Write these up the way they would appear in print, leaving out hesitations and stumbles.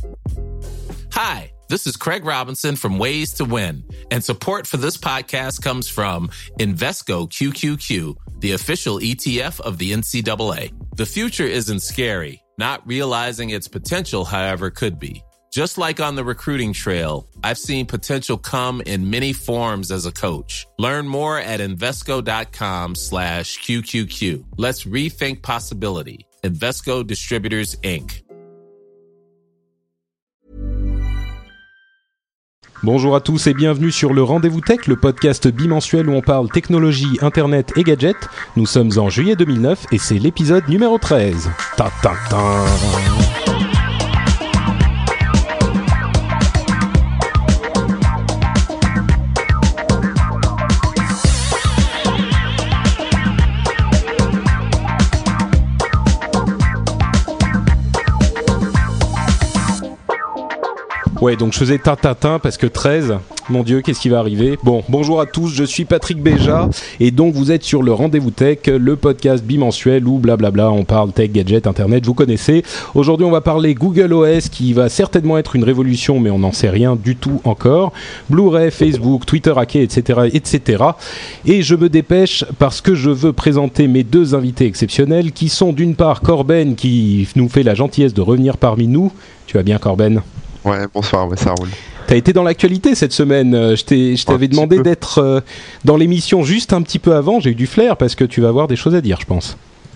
Hi, this is Craig Robinson from Ways to Win, and support for this podcast comes from Invesco QQQ, the official ETF of the NCAA. The future isn't scary. Not realizing its potential, however, could be. Just like on the recruiting trail, I've seen potential come in many forms as a coach. Learn more at Invesco.com/QQQ. Let's rethink possibility. Invesco Distributors, Inc. Bonjour à tous et bienvenue sur le Rendez-vous Tech, le podcast bimensuel où on parle technologie, internet et gadgets. Nous sommes en juillet 2009 et c'est l'épisode numéro 13. Ta-ta-ta. Ouais, donc je faisais tintin parce que 13, mon Dieu, qu'est-ce qui va arriver ? Bon, bonjour à tous, je suis Patrick Béja et donc vous êtes sur le Rendez-vous Tech, le podcast bimensuel où blablabla, on parle tech, gadget, internet, vous connaissez. Aujourd'hui, on va parler Google OS qui va certainement être une révolution, mais on n'en sait rien du tout encore. Blu-ray, Facebook, Twitter hacké, etc., etc. Et je me dépêche parce que je veux présenter mes deux invités exceptionnels qui sont d'une part Corben qui nous fait la gentillesse de revenir parmi nous. Tu vas bien, Corben ? Ouais, bonsoir, ouais, ça roule. T'as été dans l'actualité cette semaine. Je t'avais demandé d'être dans l'émission juste un petit peu avant. J'ai eu du flair parce que tu vas avoir des choses à dire, je pense.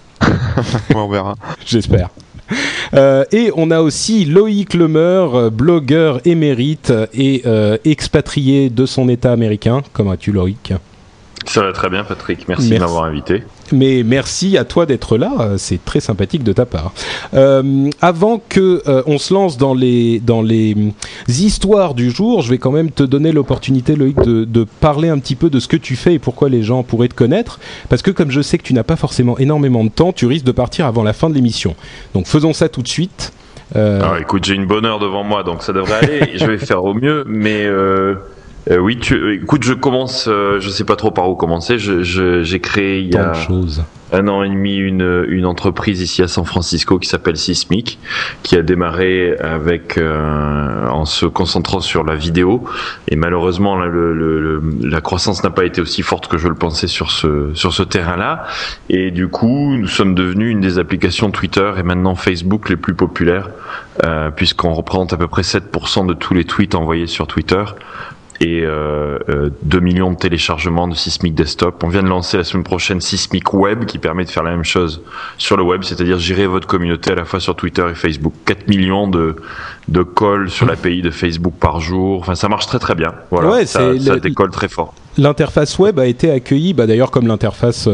On verra. J'espère. Et on a aussi Loïc Lemeur, blogueur émérite et expatrié de son état américain. Comment vas-tu, Loïc ? Ça va très bien, Patrick. Merci de m'avoir invité. Mais merci à toi d'être là, c'est très sympathique de ta part. Avant que on se lance dans les histoires du jour, je vais quand même te donner l'opportunité, Loïc, de parler un petit peu de ce que tu fais et pourquoi les gens pourraient te connaître. Parce que comme je sais que tu n'as pas forcément énormément de temps, tu risques de partir avant la fin de l'émission. Donc faisons ça tout de suite. Alors écoute, j'ai une bonne heure devant moi, donc ça devrait aller. Je vais faire au mieux, mais... oui, écoute, je commence, je sais pas trop par où commencer. J'ai créé il y a un an et demi une entreprise ici à San Francisco qui s'appelle Sismic, qui a démarré avec en se concentrant sur la vidéo. Et malheureusement, la croissance n'a pas été aussi forte que je le pensais sur ce terrain-là. Et du coup, nous sommes devenus une des applications Twitter et maintenant Facebook les plus populaires, puisqu'on représente à peu près 7% de tous les tweets envoyés sur Twitter. Et 2 millions de téléchargements de Sismic Desktop. On vient de lancer la semaine prochaine Sismic Web qui permet de faire la même chose sur le web, c'est-à-dire gérer votre communauté à la fois sur Twitter et Facebook. 4 millions de calls sur l'API de Facebook par jour. Enfin, ça marche très très bien. Voilà, ouais, ça décolle très fort. L'interface web a été accueillie, d'ailleurs comme l'interface,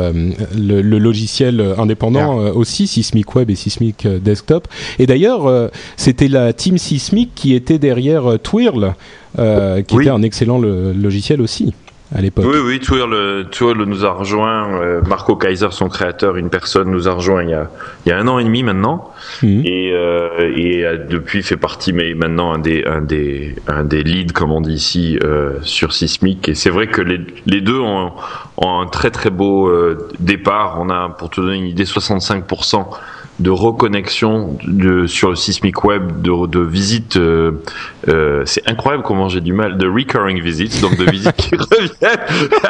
le logiciel indépendant aussi, Sismic Web et Sismic Desktop. Et d'ailleurs, c'était la team Sismic qui était derrière Twirl, qui était un excellent logiciel aussi à l'époque. Oui, Twirl nous a rejoint, Marco Kaiser, son créateur, une personne, nous a rejoint il y a un an et demi maintenant, et depuis fait partie, mais maintenant un des leads, comme on dit ici, sur Sismic. Et c'est vrai que les deux ont un très très beau départ. On a, pour te donner une idée, 65% de reconnexion sur le Sismic Web, de visites, c'est incroyable comment j'ai du mal, de recurring visits, donc de visites qui reviennent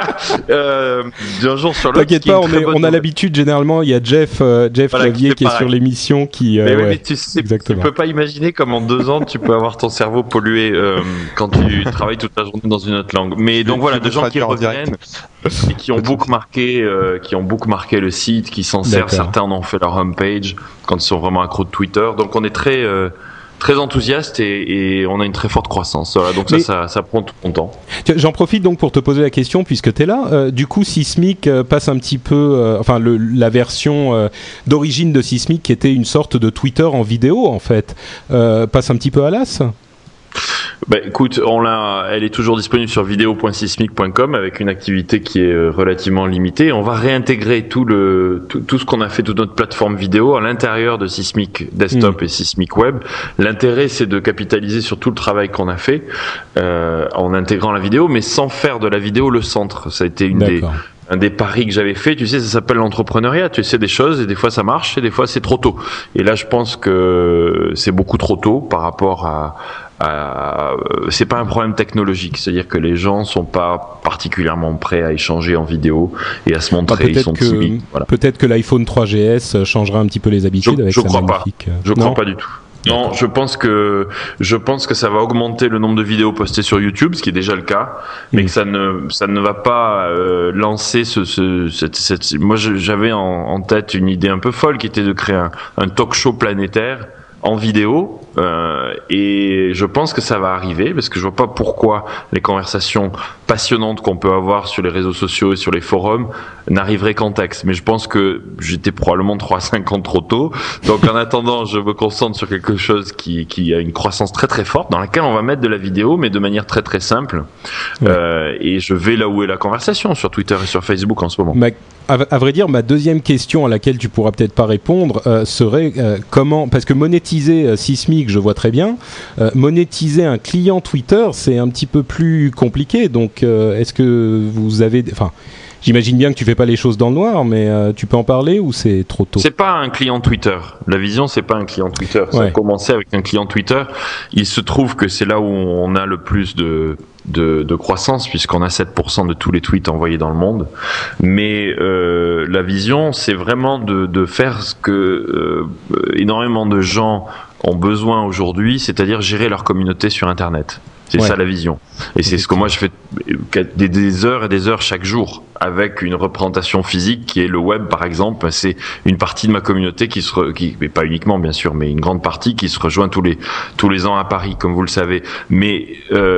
d'un jour sur l'autre. T'inquiète pas, on a l'habitude, généralement, il y a Jeff Clavier qui est sur l'émission qui... mais tu sais, tu peux pas imaginer comme en 2 ans tu peux avoir ton cerveau pollué quand tu travailles toute la journée dans une autre langue. Mais donc voilà, des gens qui reviennent et qui ont beaucoup marqué le site, qui s'en servent. Certains en ont fait leur homepage quand ils sont vraiment accros de Twitter. Donc on est très enthousiaste et on a une très forte croissance. Voilà, donc ça prend tout mon temps. J'en profite donc pour te poser la question puisque tu es là. Du coup, Sismic passe un petit peu... la version d'origine de Sismic qui était une sorte de Twitter en vidéo en fait, passe un petit peu à l'as ? Écoute, elle est toujours disponible sur vidéo.sismic.com avec une activité qui est relativement limitée. On va réintégrer tout ce qu'on a fait, toute notre plateforme vidéo à l'intérieur de Sismic Desktop et Sismic Web. L'intérêt, c'est de capitaliser sur tout le travail qu'on a fait en intégrant la vidéo, mais sans faire de la vidéo le centre. Ça a été un des paris que j'avais fait, tu sais, ça s'appelle l'entrepreneuriat. Tu essaies des choses et des fois ça marche et des fois c'est trop tôt. Et là, je pense que c'est beaucoup trop tôt par rapport à c'est pas un problème technologique, c'est-à-dire que les gens sont pas particulièrement prêts à échanger en vidéo et à se montrer, ils sont timides. Voilà. Peut-être que l'iPhone 3GS changera un petit peu les habitudes avec sa magnifique. Je crois pas du tout. Non, je pense que ça va augmenter le nombre de vidéos postées sur YouTube, ce qui est déjà le cas, mais que ça ne va pas lancer moi j'avais en tête une idée un peu folle qui était de créer un talk show planétaire en vidéo, et je pense que ça va arriver parce que je vois pas pourquoi les conversations passionnantes qu'on peut avoir sur les réseaux sociaux et sur les forums n'arriveraient qu'en texte. Mais je pense que j'étais probablement 3-5 ans trop tôt. Donc en attendant, je me concentre sur quelque chose qui a une croissance très très forte, dans laquelle on va mettre de la vidéo, mais de manière très très simple. Et je vais là où est la conversation, sur Twitter et sur Facebook en ce moment. À vrai dire, ma deuxième question à laquelle tu pourras peut-être pas répondre serait comment, parce que monétiser Sismic, je vois très bien, monétiser un client Twitter, c'est un petit peu plus compliqué. Donc, est-ce que vous avez, j'imagine bien que tu fais pas les choses dans le noir, mais tu peux en parler ou c'est trop tôt? C'est pas un client Twitter. La vision, c'est pas un client Twitter. Ça a commencé avec un client Twitter. Il se trouve que c'est là où on a le plus de croissance, puisqu'on a 7% de tous les tweets envoyés dans le monde. Mais la vision, c'est vraiment de faire ce que énormément de gens ont besoin aujourd'hui, c'est-à-dire gérer leur communauté sur Internet. C'est ça la vision. Et c'est ce que moi je fais des heures et des heures chaque jour, avec une représentation physique qui est le web par exemple. C'est une partie de ma communauté mais pas uniquement bien sûr, mais une grande partie qui se rejoint tous les ans à Paris, comme vous le savez. Mais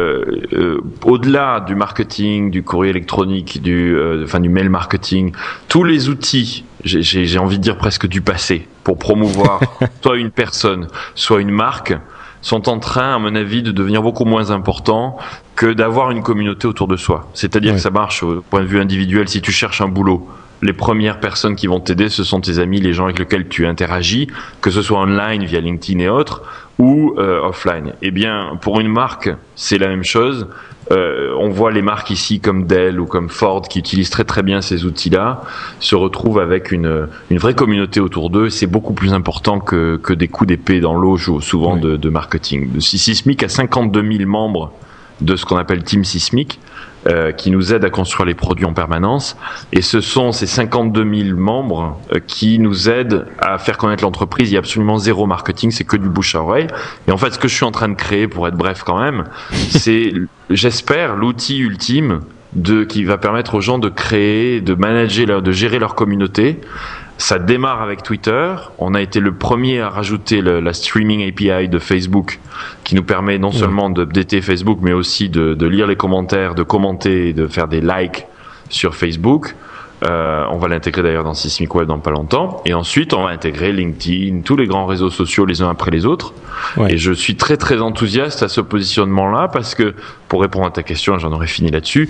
au-delà du marketing, du courrier électronique, du mail marketing, tous les outils, j'ai envie de dire presque du passé, pour promouvoir soit une personne, soit une marque, sont en train, à mon avis, de devenir beaucoup moins importants que d'avoir une communauté autour de soi. C'est-à-dire que ça marche au point de vue individuel. Si tu cherches un boulot, les premières personnes qui vont t'aider, ce sont tes amis, les gens avec lesquels tu interagis, que ce soit online via LinkedIn et autres, ou offline. Eh bien, pour une marque, c'est la même chose. On voit les marques ici comme Dell ou comme Ford qui utilisent très très bien ces outils-là, se retrouvent avec une vraie communauté autour d'eux. C'est beaucoup plus important que des coups d'épée dans l'eau souvent de marketing. Sismic a 52 000 membres de ce qu'on appelle Team Sismic, qui nous aident à construire les produits en permanence, et ce sont ces 52 000 membres qui nous aident à faire connaître l'entreprise. Il y a absolument zéro marketing, c'est que du bouche à oreille. Et en fait, ce que je suis en train de créer, pour être bref quand même, c'est, j'espère, l'outil ultime qui va permettre aux gens de créer, de manager, de gérer leur communauté. Ça démarre avec Twitter. On a été le premier à rajouter la streaming API de Facebook, qui nous permet non seulement d'updater Facebook, mais aussi de lire les commentaires, de commenter et de faire des likes sur Facebook. On va l'intégrer d'ailleurs dans Sismic Web dans pas longtemps. Et ensuite, on va intégrer LinkedIn, tous les grands réseaux sociaux les uns après les autres. Et je suis très très enthousiaste à ce positionnement-là, parce que, pour répondre à ta question, j'en aurais fini là-dessus,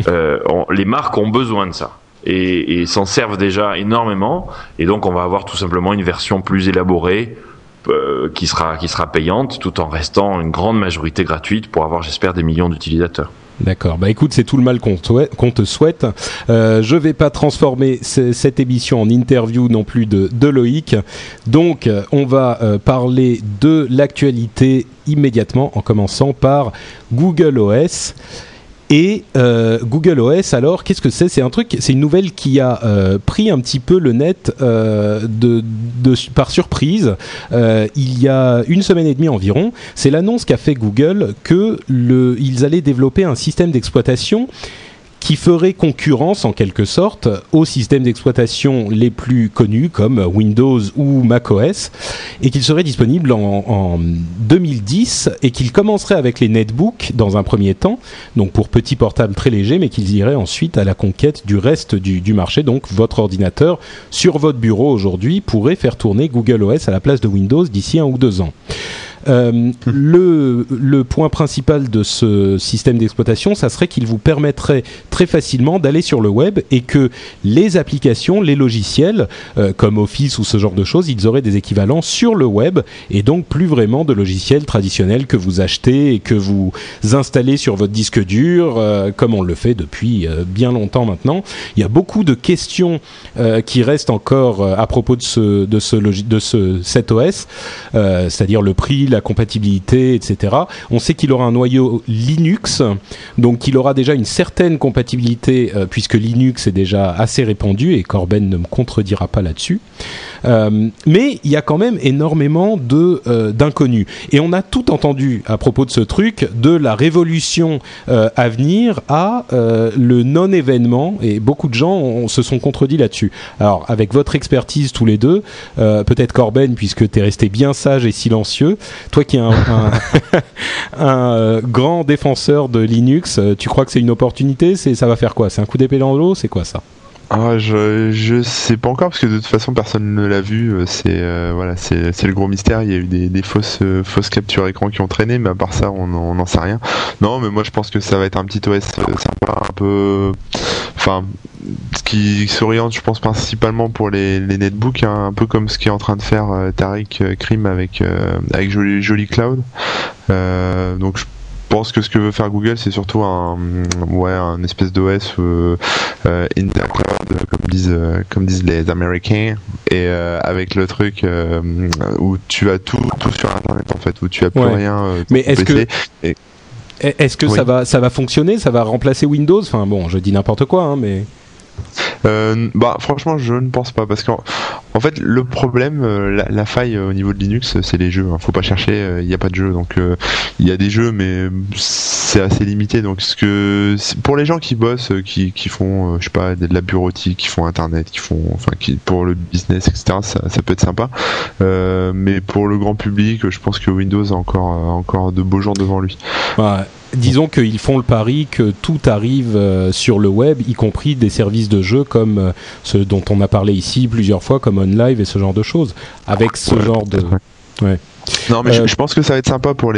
les marques ont besoin de ça. Et s'en servent déjà énormément, et donc on va avoir tout simplement une version plus élaborée qui sera payante, tout en restant une grande majorité gratuite pour avoir, j'espère, des millions d'utilisateurs. D'accord. Bah écoute, c'est tout le mal qu'on te souhaite. Je vais pas transformer cette émission en interview non plus de Loïc. Donc, on va parler de l'actualité immédiatement, en commençant par Google OS. Et Google OS, alors, qu'est-ce que c'est ? C'est une nouvelle qui a pris un petit peu le net par surprise. Il y a une semaine et demie environ, c'est l'annonce qu'a fait Google qu'ils allaient développer un système d'exploitation qui ferait concurrence en quelque sorte aux systèmes d'exploitation les plus connus comme Windows ou macOS, et qu'il serait disponible en 2010, et qu'il commencerait avec les netbooks dans un premier temps, donc pour petits portables très légers, mais qu'ils iraient ensuite à la conquête du reste du marché. Donc votre ordinateur sur votre bureau aujourd'hui pourrait faire tourner Google OS à la place de Windows d'ici 1 ou 2 ans. Le point principal de ce système d'exploitation, ça serait qu'il vous permettrait très facilement d'aller sur le web et que les applications, les logiciels, comme Office ou ce genre de choses, ils auraient des équivalents sur le web et donc plus vraiment de logiciels traditionnels que vous achetez et que vous installez sur votre disque dur, comme on le fait depuis bien longtemps maintenant. Il y a beaucoup de questions qui restent encore à propos de cet OS, c'est-à-dire le prix, la compatibilité, etc. On sait qu'il aura un noyau Linux, donc il aura déjà une certaine compatibilité puisque Linux est déjà assez répandu et Corben ne me contredira pas là-dessus. Mais il y a quand même énormément d'inconnus. Et on a tout entendu à propos de ce truc, de la révolution à venir à le non-événement, et beaucoup de gens se sont contredits là-dessus. Alors, avec votre expertise tous les deux, peut-être Corben, puisque tu es resté bien sage et silencieux, toi qui es un grand défenseur de Linux, tu crois que c'est une opportunité? Ça va faire quoi? C'est un coup d'épée dans l'eau? C'est quoi ça? Je sais pas encore parce que de toute façon personne ne l'a vu. C'est le gros mystère. Il y a eu des fausses captures écran qui ont traîné, mais à part ça, on n'en sait rien. Non, mais moi je pense que ça va être un petit OS sympa, un peu, enfin, ce qui s'oriente, je pense principalement pour les netbooks, hein, un peu comme ce qu'est en train de faire Tariq Krim avec Jolly Cloud. Donc je pense que ce que veut faire Google, c'est surtout un espèce d'OS in the cloud, comme disent les Américains, et avec le truc où tu as tout sur Internet en fait, où tu as plus rien. Mais est-ce que oui, ça va fonctionner? Ça va remplacer Windows? Enfin bon, je dis n'importe quoi, hein, mais. Franchement, je ne pense pas parce qu'en fait, le problème, la faille au niveau de Linux, c'est les jeux. Hein. Faut pas chercher, il n'y a pas de jeux. Donc, il y a des jeux, mais c'est assez limité. Donc, pour les gens qui bossent, qui font, je sais pas, de la bureautique, qui font Internet, pour le business, etc., ça peut être sympa. Mais pour le grand public, je pense que Windows a encore de beaux jours devant lui. Ouais. Disons qu'ils font le pari que tout arrive sur le web, y compris des services de jeux comme ceux dont on a parlé ici plusieurs fois, comme OnLive et ce genre de choses. Avec ce genre de... Ouais. Non, mais je pense que ça va être sympa pour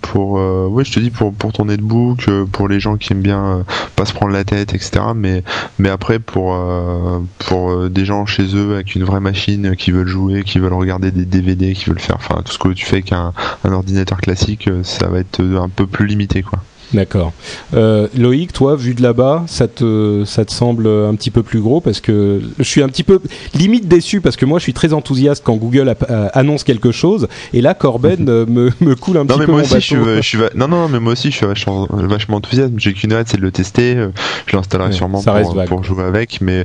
ton netbook, pour les gens qui aiment bien pas se prendre la tête, etc. Mais après pour des gens chez eux avec une vraie machine qui veulent jouer, qui veulent regarder des DVD, qui veulent faire, enfin tout ce que tu fais avec un ordinateur classique, ça va être un peu plus limité, quoi. D'accord. Loïc, toi, vu de là-bas, ça te semble un petit peu plus gros? Parce que je suis un petit peu limite déçu, parce que moi je suis très enthousiaste quand Google annonce quelque chose, et là Corben me coule un petit peu mon bateau. Non, mais moi aussi je suis vachement enthousiaste. J'ai qu'une hâte, c'est de le tester. Je l'installerai sûrement pour jouer avec, mais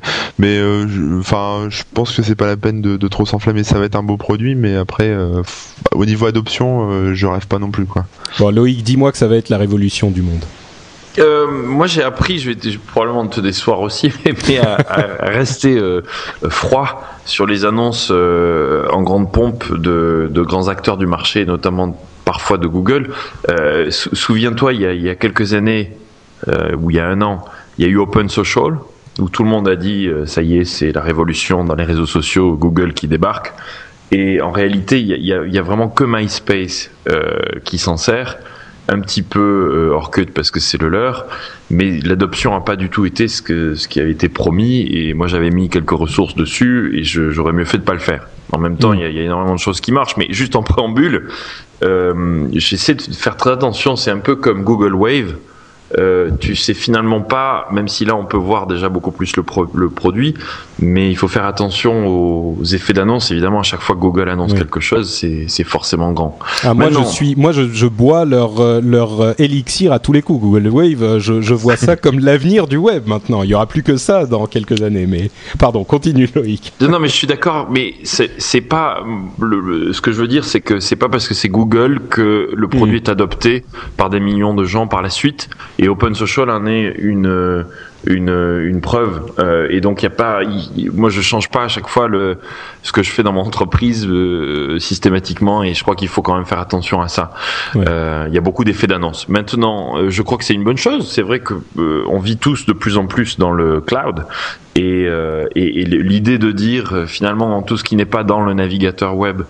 je pense que c'est pas la peine de trop s'enflammer. Ça va être un beau produit, mais après au niveau adoption, je rêve pas non plus, quoi. Bon, Loïc, dis-moi que ça va être la révolution du monde. Moi j'ai appris, je vais probablement te décevoir aussi, mais à rester froid sur les annonces en grande pompe de grands acteurs du marché, notamment parfois de Google. Souviens-toi, il y a quelques années, ou il y a un an, il y a eu Open Social, où tout le monde a dit ça y est, c'est la révolution dans les réseaux sociaux, Google qui débarque. Et en réalité, il y a vraiment que MySpace qui s'en sert. Un petit peu Orkut parce que c'est le leur, mais l'adoption n'a pas du tout été ce qui avait été promis, et moi j'avais mis quelques ressources dessus et j'aurais mieux fait de pas le faire. En même temps, il y a énormément de choses qui marchent, mais juste en préambule, j'essaie de faire très attention. C'est un peu comme Google Wave. Tu sais finalement pas, même si là on peut voir déjà beaucoup plus le produit, mais il faut faire attention aux effets d'annonce. Évidemment, à chaque fois que Google annonce quelque chose, c'est forcément grand. Moi je bois leur élixir à tous les coups. Google Wave, je vois ça comme l'avenir du web maintenant. Il y aura plus que ça dans quelques années. Mais pardon, continue Loïc. Non, mais je suis d'accord, mais c'est pas ce que je veux dire, c'est que c'est pas parce que c'est Google que le produit est adopté par des millions de gens par la suite. Et Open Social en est une preuve, et donc il y a pas, moi je change pas à chaque fois ce que je fais dans mon entreprise systématiquement, et je crois qu'il faut quand même faire attention à ça. Il y a beaucoup d'effets d'annonce. Maintenant, je crois que c'est une bonne chose. C'est vrai que on vit tous de plus en plus dans le cloud, et l'idée de dire finalement tout ce qui n'est pas dans le navigateur web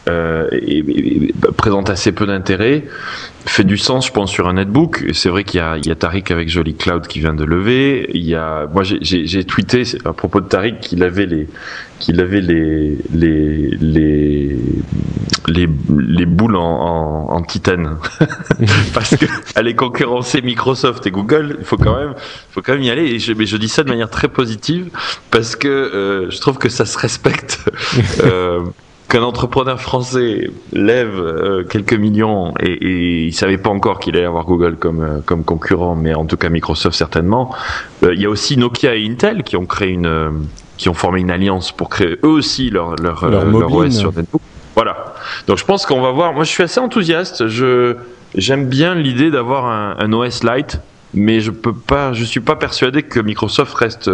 présente assez peu d'intérêt, fait du sens, je pense, sur un netbook. C'est vrai qu'il y a Tariq avec Jolly Cloud qui vient de lever. Moi, j'ai tweeté à propos de Tariq qu'il avait les boules en titane parce que aller concurrencer Microsoft et Google, il faut quand même y aller. Et je dis ça de manière très positive parce que je trouve que ça se respecte. Qu'un entrepreneur français lève quelques millions et il savait pas encore qu'il allait avoir Google comme concurrent, mais en tout cas Microsoft certainement. Il y a aussi Nokia et Intel qui ont formé une alliance pour créer eux aussi leur OS sur netbook. Voilà. Donc je pense qu'on va voir. Moi, je suis assez enthousiaste. J'aime bien l'idée d'avoir un OS Lite, mais je suis pas persuadé que Microsoft reste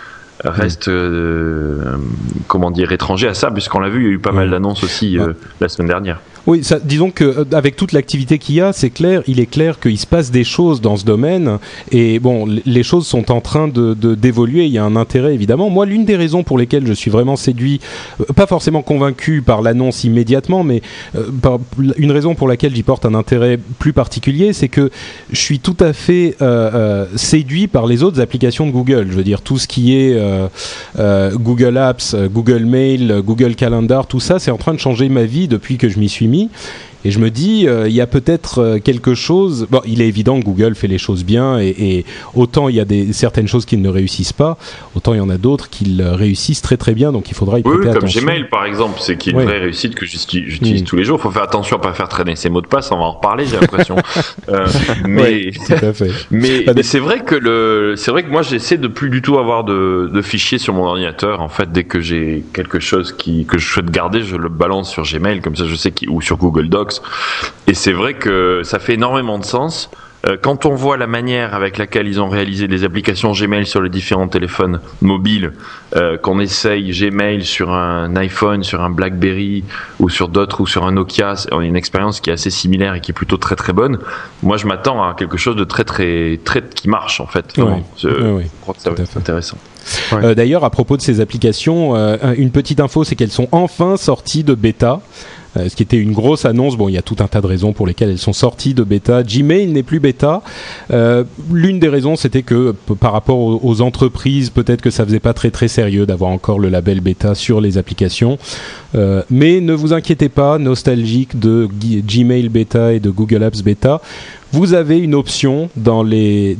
étranger à ça, puisqu'on l'a vu, il y a eu pas mal d'annonces aussi la semaine dernière. Oui, disons que avec toute l'activité qu'il y a, il est clair qu'il se passe des choses dans ce domaine et bon, les choses sont en train d'évoluer, il y a un intérêt évidemment. Moi, l'une des raisons pour lesquelles je suis vraiment séduit, pas forcément convaincu par l'annonce immédiatement, mais une raison pour laquelle j'y porte un intérêt plus particulier, c'est que je suis tout à fait séduit par les autres applications de Google. Je veux dire, tout ce qui est Google Apps, Google Mail, Google Calendar, tout ça, c'est en train de changer ma vie depuis que je m'y suis mis. Et je me dis, il y a peut-être quelque chose. Bon, il est évident que Google fait les choses bien, et autant il y a certaines choses qui ne réussissent pas, autant il y en a d'autres qui réussissent très très bien. Donc il faudra y prêter attention. Comme Gmail par exemple, c'est qui est une vraie réussite que j'utilise tous les jours. Il faut faire attention à pas faire traîner ses mots de passe. On va en reparler, j'ai l'impression. Mais tout à fait. mais c'est vrai que moi j'essaie de plus du tout avoir de fichiers sur mon ordinateur. En fait, dès que j'ai quelque chose que je souhaite garder, je le balance sur Gmail, comme ça je sais ou sur Google Docs. Et c'est vrai que ça fait énormément de sens. Quand on voit la manière avec laquelle ils ont réalisé les applications Gmail sur les différents téléphones mobiles, qu'on essaye Gmail sur un iPhone, sur un BlackBerry ou sur d'autres, ou sur un Nokia, on a une expérience qui est assez similaire et qui est plutôt très très bonne. Moi, je m'attends à quelque chose de très très très qui marche en fait. Je crois que ça va être intéressant. Ouais. D'ailleurs, à propos de ces applications, une petite info, c'est qu'elles sont enfin sorties de bêta. Ce qui était une grosse annonce. Bon, il y a tout un tas de raisons pour lesquelles elles sont sorties de bêta. Gmail n'est plus bêta. L'une des raisons, c'était que par rapport aux entreprises, peut-être que ça faisait pas très très sérieux d'avoir encore le label bêta sur les applications. Mais ne vous inquiétez pas, nostalgique de Gmail bêta et de Google Apps bêta. Vous avez une option dans les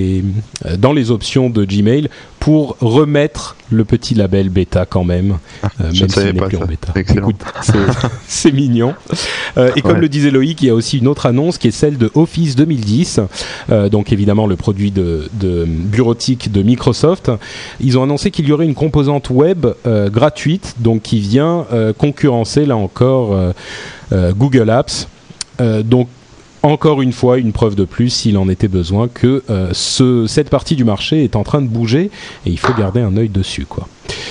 options de Gmail pour remettre le petit label bêta quand même, même s'il n'est plus en bêta. Écoute, c'est mignon. Et comme le disait Loïc, il y a aussi une autre annonce qui est celle de Office 2010, donc évidemment le produit de bureautique de Microsoft. Ils ont annoncé qu'il y aurait une composante web gratuite, donc qui vient concurrencer là encore Google Apps. Donc encore une fois, une preuve de plus, s'il en était besoin, que cette partie du marché est en train de bouger et il faut garder un œil dessus, quoi.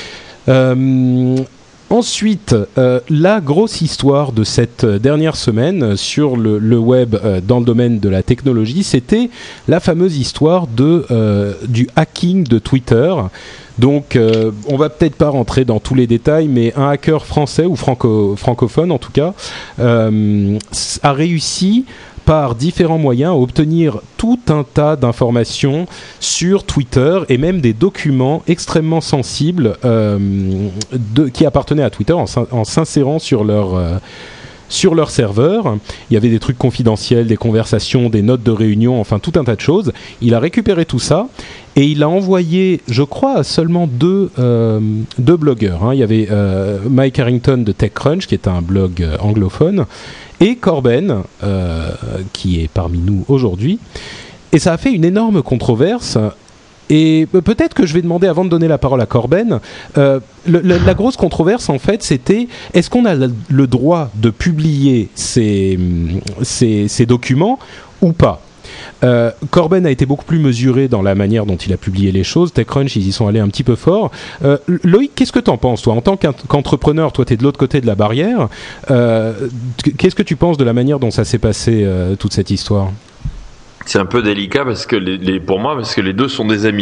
Ensuite, la grosse histoire de cette dernière semaine sur le web dans le domaine de la technologie, c'était la fameuse histoire du hacking de Twitter. Donc, on va peut-être pas rentrer dans tous les détails, mais un hacker français ou francophone en tout cas a réussi par différents moyens à obtenir tout un tas d'informations sur Twitter et même des documents extrêmement sensibles qui appartenaient à Twitter en s'insérant sur leur serveur. Il y avait des trucs confidentiels, des conversations, des notes de réunion, enfin tout un tas de choses. Il a récupéré tout ça et il a envoyé, je crois, à seulement deux blogueurs. Hein. Il y avait Mike Harrington de TechCrunch, qui est un blog anglophone, et Corben, qui est parmi nous aujourd'hui. Et ça a fait une énorme controverse. Et peut-être que je vais demander, avant de donner la parole à Corben, la grosse controverse, en fait, c'était est-ce qu'on a le droit de publier ces documents ou pas ? Corben a été beaucoup plus mesuré dans la manière dont il a publié les choses. TechCrunch, ils y sont allés un petit peu fort. Loïc, qu'est-ce que t'en penses, toi ? En tant qu'entrepreneur, toi, t'es de l'autre côté de la barrière. Qu'est-ce que tu penses de la manière dont ça s'est passé, toute cette histoire ? C'est un peu délicat parce que pour moi, parce que les deux sont des amis.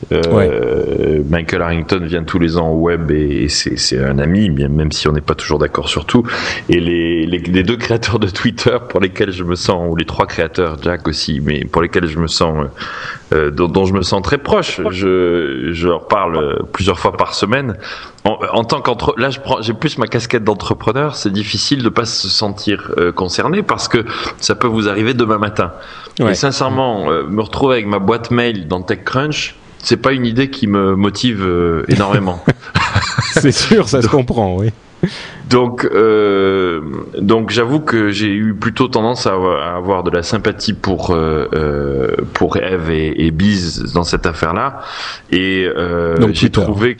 Michael Harrington vient tous les ans au web et c'est un ami, même si on n'est pas toujours d'accord sur tout. Et les deux créateurs de Twitter pour lesquels je me sens, ou les trois créateurs, Jack aussi, mais pour lesquels je me sens, dont je me sens très proche, je leur parle plusieurs fois par semaine. En tant là j'ai plus ma casquette d'entrepreneur, c'est difficile de pas se sentir concerné parce que ça peut vous arriver demain matin. Ouais. Et sincèrement, me retrouver avec ma boîte mail dans TechCrunch, c'est pas une idée qui me motive énormément. C'est sûr, ça se comprend, oui. Donc j'avoue que j'ai eu plutôt tendance à avoir de la sympathie pour Eve et Biz dans cette affaire-là. Et j'ai trouvé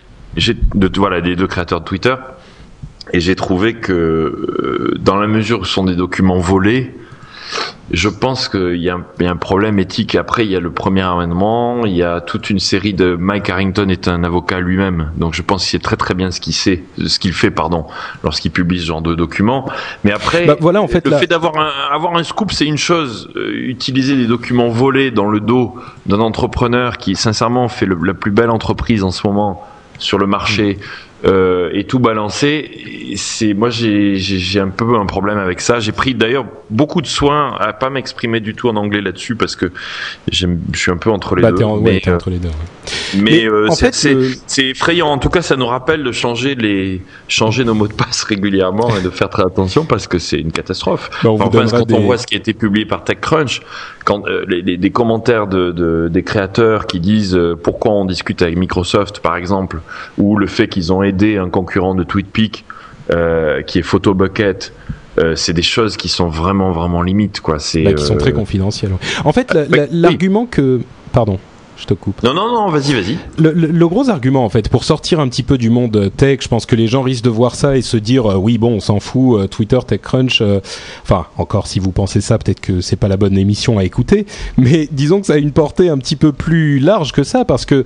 les deux créateurs de Twitter, et j'ai trouvé que dans la mesure où ce sont des documents volés, je pense qu'il y a un problème éthique. Après, il y a le premier amendement, il y a toute une série de... Mike Harrington est un avocat lui-même, donc je pense qu'il sait très très bien ce qu'il fait, lorsqu'il publie ce genre de documents. Mais après, voilà, en fait, fait d'avoir avoir un scoop, c'est une chose. Utiliser des documents volés dans le dos d'un entrepreneur qui, sincèrement, fait la plus belle entreprise en ce moment sur le marché, et tout balancer, moi j'ai un peu un problème avec ça. J'ai pris d'ailleurs beaucoup de soin à pas m'exprimer du tout en anglais là-dessus parce que je suis un peu entre les deux. T'es entre les deux. Mais c'est effrayant. En tout cas, ça nous rappelle de changer nos mots de passe régulièrement et de faire très attention parce que c'est une catastrophe. On voit ce qui a été publié par TechCrunch, quand des commentaires des créateurs qui disent pourquoi on discute avec Microsoft par exemple, ou le fait qu'ils ont aidé un concurrent de TweetPic qui est Photobucket, c'est des choses qui sont vraiment vraiment limites, quoi. Qui sont très confidentielles. En fait, l'argument que... Pardon. Je te coupe. Non, vas-y. Le gros argument, en fait, pour sortir un petit peu du monde tech, je pense que les gens risquent de voir ça et se dire oui, bon, on s'en fout, Twitter, TechCrunch, enfin, encore si vous pensez ça, peut-être que c'est pas la bonne émission à écouter, mais disons que ça a une portée un petit peu plus large que ça, parce que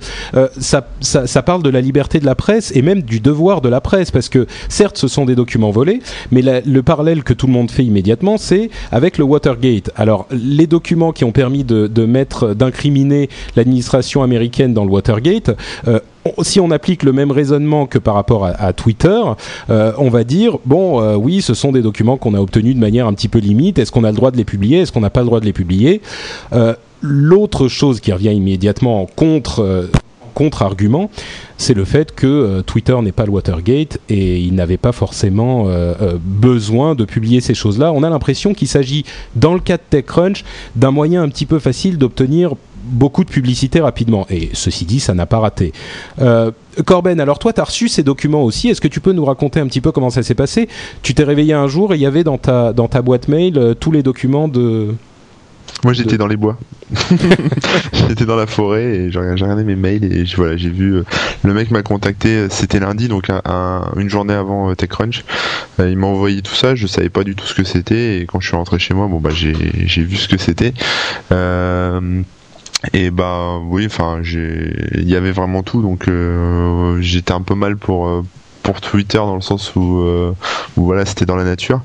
ça parle de la liberté de la presse et même du devoir de la presse, parce que certes, ce sont des documents volés, mais le parallèle que tout le monde fait immédiatement, c'est avec le Watergate. Alors, les documents qui ont permis d'incriminer l'administration américaine dans le Watergate, si on applique le même raisonnement que par rapport à Twitter, on va dire oui, ce sont des documents qu'on a obtenus de manière un petit peu limite. Est-ce qu'on a le droit de les publier? Est-ce qu'on n'a pas le droit de les publier? L'autre chose qui revient immédiatement en contre-argument, c'est le fait que Twitter n'est pas le Watergate et il n'avait pas forcément besoin de publier ces choses-là. On a l'impression qu'il s'agit, dans le cas de TechCrunch, d'un moyen un petit peu facile d'obtenir beaucoup de publicité rapidement. Et ceci dit, ça n'a pas raté. Corben, alors toi, tu as reçu ces documents aussi. Est-ce que tu peux nous raconter un petit peu comment ça s'est passé? Tu t'es réveillé un jour et il y avait dans ta boîte mail tous les documents de... Moi, j'étais dans les bois. J'étais dans la forêt et j'ai regardé mes mails et j'ai vu le mec m'a contacté, c'était lundi, donc une journée avant TechCrunch. Il m'a envoyé tout ça, je savais pas du tout ce que c'était et quand je suis rentré chez moi, j'ai vu ce que c'était. Et oui, enfin, il y avait vraiment tout, donc j'étais un peu mal pour Twitter dans le sens où voilà, c'était dans la nature.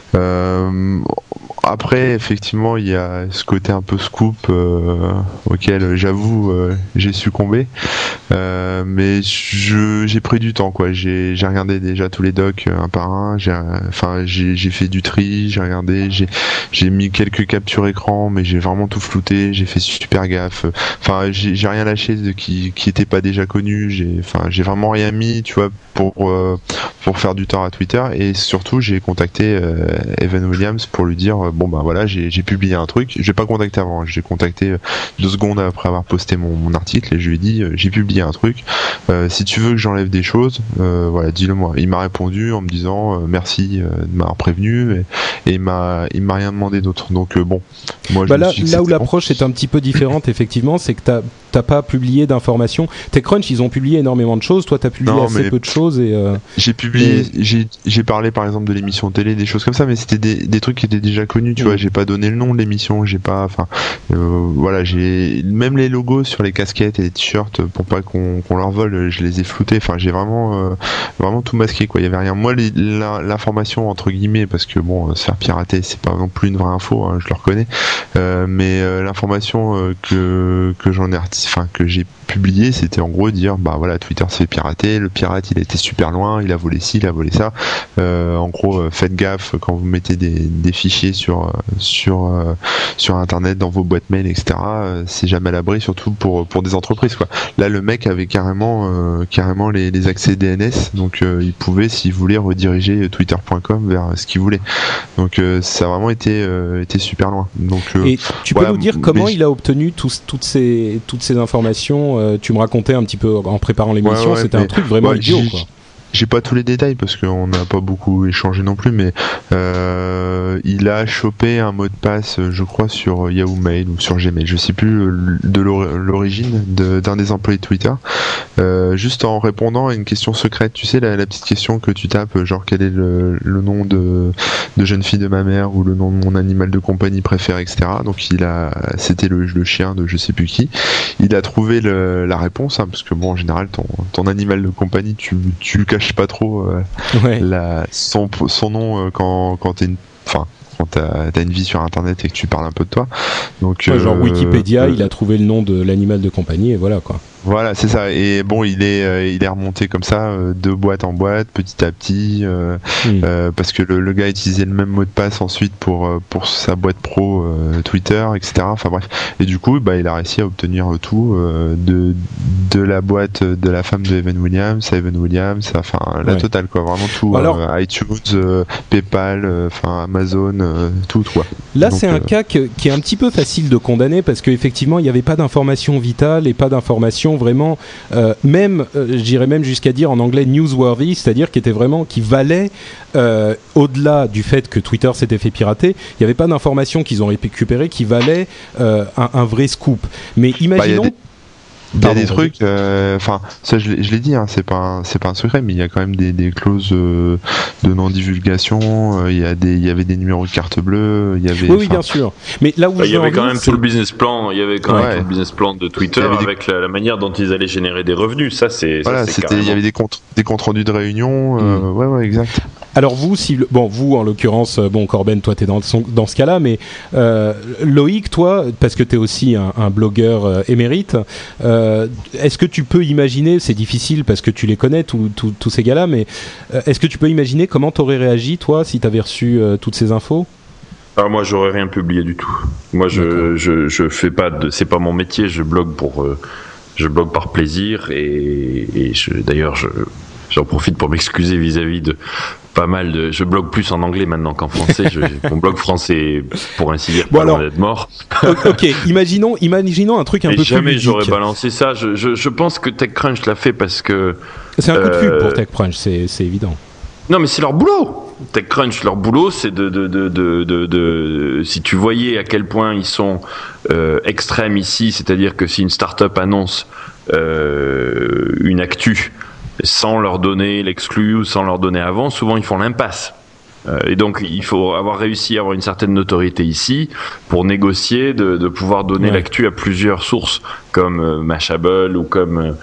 Après, effectivement, il y a ce côté un peu scoop auquel j'avoue j'ai succombé, mais j'ai pris du temps, quoi. J'ai regardé déjà tous les docs un par un. J'ai fait du tri, j'ai regardé, j'ai mis quelques captures écran, mais j'ai vraiment tout flouté. J'ai fait super gaffe. Enfin, j'ai rien lâché qui était pas déjà connu. J'ai vraiment rien mis, tu vois, pour faire du tort à Twitter. Et surtout, j'ai contacté Evan Williams pour lui dire voilà, j'ai publié un truc. Je l'ai pas contacté avant, j'ai contacté 2 secondes après avoir posté mon article et je lui ai dit j'ai publié un truc, si tu veux que j'enlève des choses, voilà, dis-le moi. Il m'a répondu en me disant merci de m'avoir prévenu et il m'a rien demandé d'autre. Donc moi là où l'approche est un petit peu différente, effectivement, c'est que t'as pas publié d'informations. TechCrunch, ils ont publié énormément de choses, toi t'as publié assez peu de choses et J'ai publié, j'ai parlé par exemple de l'émission télé, des choses comme ça, mais c'était des trucs qui étaient déjà connus, tu vois. J'ai pas donné le nom de l'émission, j'ai pas, voilà, j'ai même les logos sur les casquettes et les t-shirts pour pas qu'on leur vole, je les ai floutés. Enfin, j'ai vraiment tout masqué, quoi. Il y avait rien. Moi, l'information entre guillemets, parce que bon, se faire pirater, c'est pas non plus une vraie info, hein, je le reconnais, mais l'information que j'ai publié, c'était en gros dire bah voilà, Twitter s'est piraté, le pirate il a été super loin, il a volé ci, il a volé ça, en gros faites gaffe quand vous mettez des fichiers sur internet dans vos boîtes mail, etc. C'est jamais à l'abri, surtout pour des entreprises, quoi. Là le mec avait carrément les accès DNS, donc il pouvait, s'il voulait, rediriger twitter.com vers ce qu'il voulait, donc ça a vraiment été super loin. Donc et tu peux nous dire comment il a obtenu toutes ces informations? Tu me racontais un petit peu en préparant l'émission, c'était un truc vraiment idiot, quoi. J'ai pas tous les détails parce qu'on n'a pas beaucoup échangé non plus, mais il a chopé un mot de passe, je crois, sur Yahoo Mail ou sur Gmail, je sais plus de l'origine d'un des employés de Twitter, juste en répondant à une question secrète, tu sais, la petite question que tu tapes, genre quel est le nom de jeune fille de ma mère ou le nom de mon animal de compagnie préféré, etc. Donc c'était le chien de je sais plus qui. Il a trouvé la réponse, hein, parce que bon, en général, ton animal de compagnie, tu le caches pas trop son nom quand t'as une vie sur internet et que tu parles un peu de toi, donc genre Wikipédia, il a trouvé le nom de l'animal de compagnie et voilà, quoi. Voilà, c'est ça. Et bon, il est remonté comme ça, de boîte en boîte, petit à petit, parce que le gars utilisait le même mot de passe ensuite pour sa boîte pro Twitter, etc. Enfin bref. Et du coup, bah, il a réussi à obtenir tout de la boîte de la femme de Evan Williams, enfin la totale, quoi. Vraiment tout. Alors, iTunes, PayPal, Amazon, tout, quoi. Là, donc, c'est un cas qui est un petit peu facile de condamner parce qu'effectivement, il n'y avait pas d'informations vitales et pas d'informations vraiment, j'irais même jusqu'à dire en anglais newsworthy, c'est-à-dire qui valait, au-delà du fait que Twitter s'était fait pirater, il n'y avait pas d'informations qu'ils ont récupérées qui valaient un vrai scoop. Mais imaginons... Il y a des trucs, ça je l'ai dit, hein, c'est pas un secret, mais il y a quand même des clauses de non-divulgation. Il y avait des numéros de carte bleue. Il y avait. Oui, bien sûr. Mais là où il y avait quand même tout le business plan. Il y avait quand même tout le business plan de Twitter avec la manière dont ils allaient générer des revenus. Ça c'est. Voilà, il y avait des comptes rendus de réunion. Ouais, exact. Alors vous, vous en l'occurrence, Corben, toi t'es dans ce cas-là, mais Loïc, toi, parce que t'es aussi un blogueur émérite, est-ce que tu peux imaginer, c'est difficile parce que tu les connais tous ces gars-là, mais est-ce que tu peux imaginer comment t'aurais réagi, toi, si t'avais reçu toutes ces infos? Alors moi, j'aurais rien publié du tout. Moi, je fais pas c'est pas mon métier. Je blogue par plaisir et d'ailleurs j'en profite pour m'excuser vis-à-vis de pas mal de. Je blogue plus en anglais maintenant qu'en français. Mon blog français, pour ainsi dire, pas loin d'être mort. Ok, imaginons un truc un peu plus jamais ludique. J'aurais balancé ça. Je pense que TechCrunch l'a fait parce que. C'est un coup de pub pour TechCrunch, c'est évident. Non, mais c'est leur boulot. TechCrunch, leur boulot, c'est de si tu voyais à quel point ils sont extrêmes ici, c'est-à-dire que si une start-up annonce une actu sans leur donner l'exclu ou sans leur donner avant, souvent ils font l'impasse. Et donc il faut avoir réussi à avoir une certaine notoriété ici pour négocier de pouvoir donner l'actu à plusieurs sources comme Mashable ou comme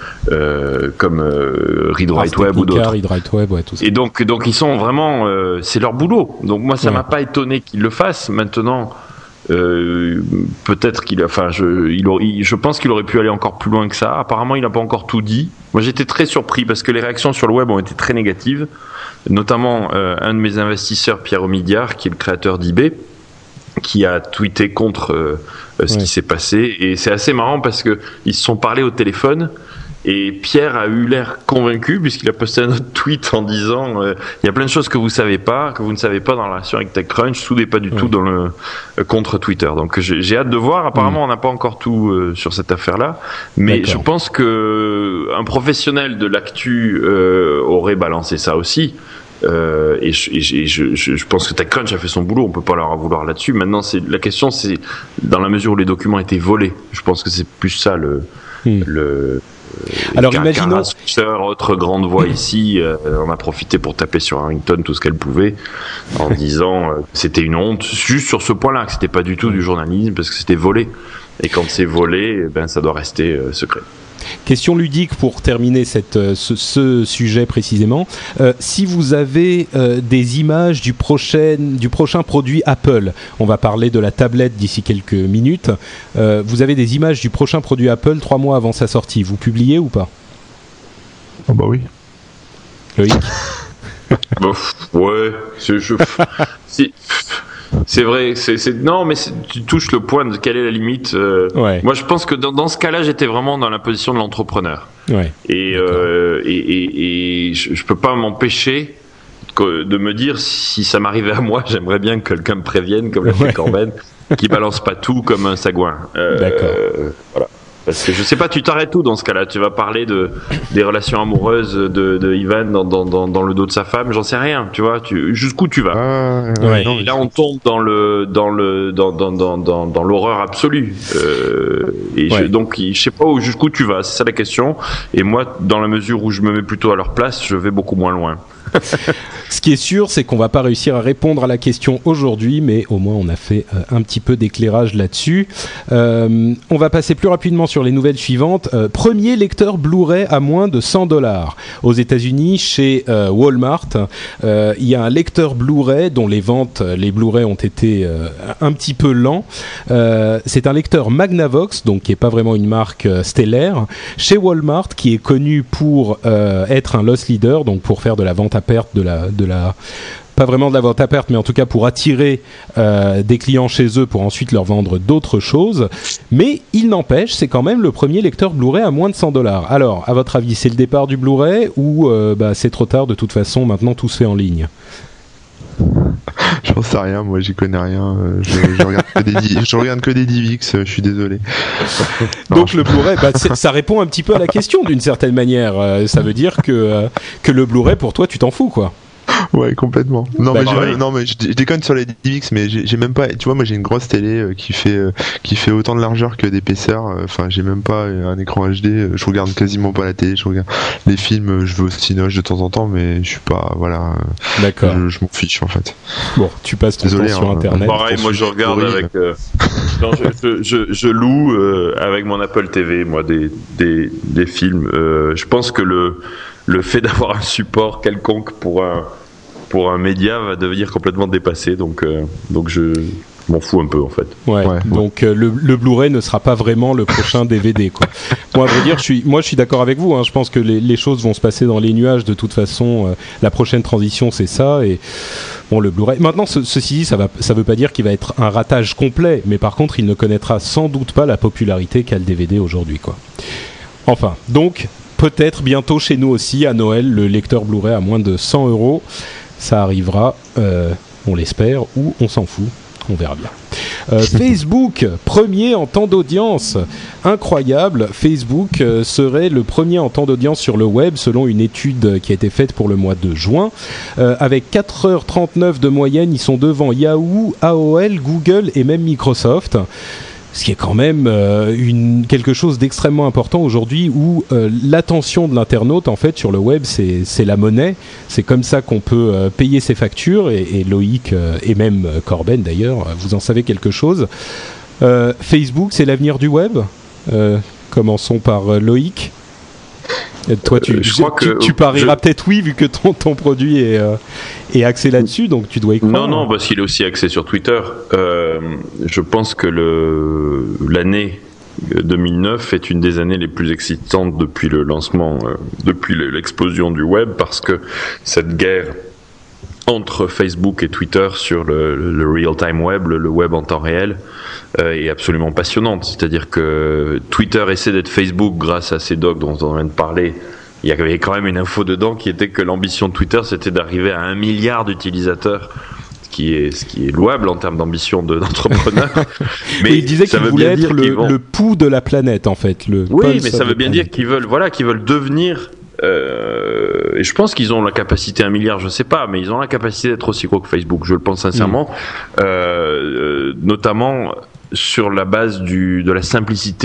Read Write Web ou d'autres. Read Write Web, tout ça. Et donc ils sont vraiment, c'est leur boulot. Donc moi ça m'a pas étonné qu'ils le fassent. Maintenant peut-être je pense qu'il aurait pu aller encore plus loin que ça. Apparemment il n'a pas encore tout dit. Moi j'étais très surpris parce que les réactions sur le web ont été très négatives, notamment un de mes investisseurs, Pierre Omidyar, qui est le créateur d'eBay, qui a tweeté contre ce qui s'est passé, et c'est assez marrant parce que ils se sont parlé au téléphone. Et Pierre a eu l'air convaincu puisqu'il a posté un autre tweet en disant il y a plein de choses que vous ne savez pas dans la relation avec TechCrunch, tout n'est pas du tout dans le contre Twitter. Donc j'ai hâte de voir. Apparemment on n'a pas encore tout sur cette affaire-là, mais je pense que un professionnel de l'actu aurait balancé ça aussi. Et je pense que TechCrunch a fait son boulot, on peut pas leur en vouloir là-dessus. Maintenant la question c'est dans la mesure où les documents étaient volés. Je pense que c'est plus ça Alors imaginons... Autre grande voix ici, on a profité pour taper sur Harrington tout ce qu'elle pouvait, en disant que c'était une honte, juste sur ce point-là, que c'était pas du tout du journalisme, parce que c'était volé. Et quand c'est volé, ça doit rester secret. Question ludique pour terminer ce sujet précisément. Si vous avez des images du prochain produit Apple, on va parler de la tablette d'ici quelques minutes, vous avez des images du prochain produit Apple 3 mois avant sa sortie, vous publiez ou pas ? Oh bah oui. Loïc ? Ouais, c'est vrai, non, mais tu touches le point de quelle est la limite. Ouais. Moi, je pense que dans ce cas-là, j'étais vraiment dans la position de l'entrepreneur. Ouais. Et je peux pas m'empêcher de me dire, si ça m'arrivait à moi, j'aimerais bien que quelqu'un me prévienne, comme l'a fait Corben, qui balance pas tout comme un sagouin. D'accord. Voilà. Parce que je sais pas, tu t'arrêtes où dans ce cas-là ? Tu vas parler des relations amoureuses de Ivan dans le dos de sa femme, j'en sais rien, tu vois, jusqu'où tu vas. Ouais. Et là on tombe dans l'horreur absolue. Donc je sais pas jusqu'où tu vas, c'est ça la question. Et moi, dans la mesure où je me mets plutôt à leur place, je vais beaucoup moins loin. Ce qui est sûr, c'est qu'on va pas réussir à répondre à la question aujourd'hui, mais au moins on a fait un petit peu d'éclairage là-dessus. On va passer plus rapidement sur les nouvelles suivantes. Premier lecteur Blu-ray à moins de $100 aux États-Unis chez Walmart. Il y a un lecteur Blu-ray dont les ventes, les Blu-ray ont été un petit peu lents. C'est un lecteur Magnavox, donc qui est pas vraiment une marque stellaire, chez Walmart, qui est connu pour être un loss leader, donc pour faire de la vente à perte, pas vraiment de la vente à perte, mais en tout cas pour attirer des clients chez eux pour ensuite leur vendre d'autres choses. Mais il n'empêche, c'est quand même le premier lecteur Blu-ray à moins de $100. Alors, à votre avis, c'est le départ du Blu-ray ou c'est trop tard, de toute façon, maintenant tout se fait en ligne ? J'en sais rien, moi j'y connais rien. Je regarde que des DivX, je suis désolé. Donc le Blu-ray, ça répond un petit peu à la question d'une certaine manière. Ça veut dire que le Blu-ray, pour toi, tu t'en fous, quoi. Ouais, complètement. Non, mais je déconne sur les DivX, mais j'ai même pas. Tu vois, moi j'ai une grosse télé qui fait autant de largeur que d'épaisseur. Enfin, j'ai même pas un écran HD. Je regarde quasiment pas la télé. Je regarde les films. Je vais au Cinoche de temps en temps, mais je suis pas. Voilà. D'accord. Je m'en fiche en fait. Bon, tu passes ton temps sur Internet. Pareil, moi je regarde avec. Non, je loue avec mon Apple TV, moi, des films. Je pense que le fait d'avoir un support quelconque pour un média va devenir complètement dépassé, donc je m'en fous un peu en fait. Ouais. Donc le Blu-ray ne sera pas vraiment le prochain DVD, quoi. Moi, à vrai dire, je suis d'accord avec vous, hein. Je pense que les choses vont se passer dans les nuages de toute façon. La prochaine transition, c'est ça. Et bon, le Blu-ray. Maintenant, ceci dit, ça veut pas dire qu'il va être un ratage complet, mais par contre, il ne connaîtra sans doute pas la popularité qu'a le DVD aujourd'hui, quoi. Enfin, donc peut-être bientôt chez nous aussi à Noël le lecteur Blu-ray à moins de €100. Ça arrivera, on l'espère, ou on s'en fout, on verra bien. Facebook, premier en temps d'audience, incroyable. Facebook serait le premier en temps d'audience sur le web selon une étude qui a été faite pour le mois de juin. Avec 4h39 de moyenne, ils sont devant Yahoo, AOL, Google et même Microsoft. Ce qui est quand même quelque chose d'extrêmement important aujourd'hui où l'attention de l'internaute en fait sur le web c'est la monnaie, c'est comme ça qu'on peut payer ses factures et Loïc et même Corben d'ailleurs, vous en savez quelque chose. Facebook, c'est l'avenir du web. Commençons par Loïc. Toi, tu parieras peut-être oui, vu que ton produit est axé là-dessus, donc tu dois y croire. Non, parce qu'il est aussi axé sur Twitter. Je pense que l'année 2009 est une des années les plus excitantes depuis le lancement, depuis l'explosion du web, parce que cette guerre entre Facebook et Twitter sur le real-time web, le web en temps réel, est absolument passionnante. C'est-à-dire que Twitter essaie d'être Facebook grâce à ces docs dont on vient de parler. Il y avait quand même une info dedans qui était que l'ambition de Twitter, c'était d'arriver à 1 milliard d'utilisateurs, ce qui est louable en termes d'ambition d'entrepreneur. Mais il disait qu'il voulait être le pouls de la planète, en fait. Oui, mais ça veut bien dire qu'ils veulent devenir... et je pense qu'ils ont la capacité 1 milliard, je sais pas, mais ils ont la capacité d'être aussi gros que Facebook, je le pense sincèrement, notamment sur la base de la simplicité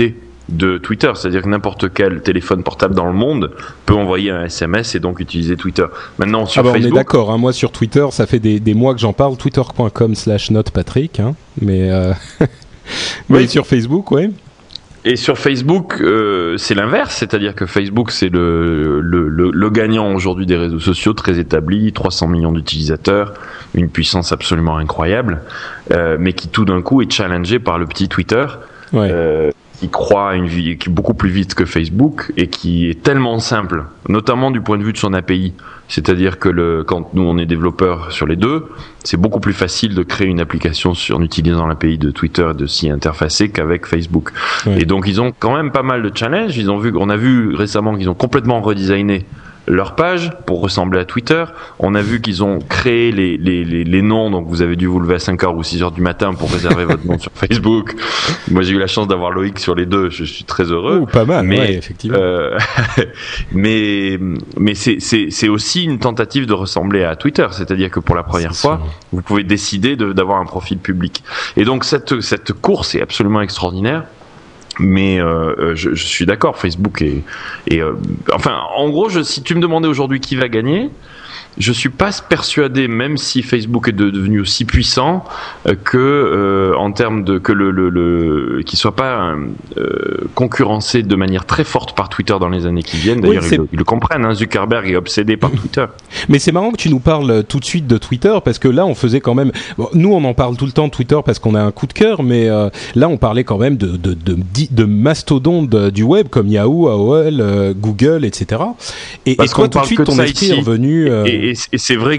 de Twitter, c'est-à-dire que n'importe quel téléphone portable dans le monde peut envoyer un SMS et donc utiliser Twitter. Maintenant sur Facebook, on est d'accord, hein, moi sur Twitter, ça fait des mois que j'en parle, twitter.com/notepatrick, hein, mais oui. Sur Facebook, ouais. Et sur Facebook, c'est l'inverse, c'est-à-dire que Facebook, c'est le gagnant aujourd'hui des réseaux sociaux, très établi, 300 millions d'utilisateurs, une puissance absolument incroyable, mais qui tout d'un coup est challengé par le petit Twitter, qui croît à une vie qui est beaucoup plus vite que Facebook et qui est tellement simple, notamment du point de vue de son API. C'est-à-dire que quand nous on est développeurs sur les deux, c'est beaucoup plus facile de créer une application en utilisant l'API de Twitter et de s'y interfacer qu'avec Facebook. Ouais. Et donc ils ont quand même pas mal de challenges. On a vu récemment qu'ils ont complètement redesigné leur page pour ressembler à Twitter. On a vu qu'ils ont créé les noms, donc vous avez dû vous lever à 5h ou 6h du matin pour réserver votre nom sur Facebook. Moi j'ai eu la chance d'avoir Loïc sur les deux, je suis très heureux. Ouh, pas mal, ouais, effectivement. Mais c'est aussi une tentative de ressembler à Twitter, c'est-à-dire que pour la première fois, vous pouvez décider d'avoir un profil public. Et donc cette course est absolument extraordinaire. Mais je suis d'accord, Facebook enfin, en gros, si tu me demandais aujourd'hui qui va gagner, je suis pas persuadé, même si Facebook est devenu aussi puissant, que en termes de qu'il soit pas concurrencé de manière très forte par Twitter dans les années qui viennent. D'ailleurs, ils le comprennent. Hein, Zuckerberg est obsédé par Twitter. Mais c'est marrant que tu nous parles tout de suite de Twitter, parce que là, on faisait quand même. Bon, nous, on en parle tout le temps de Twitter parce qu'on a un coup de cœur, mais là, on parlait quand même de mastodontes du web comme Yahoo, AOL, Google, etc. Et toi, tout de suite, ton esprit est revenu. Et c'est vrai que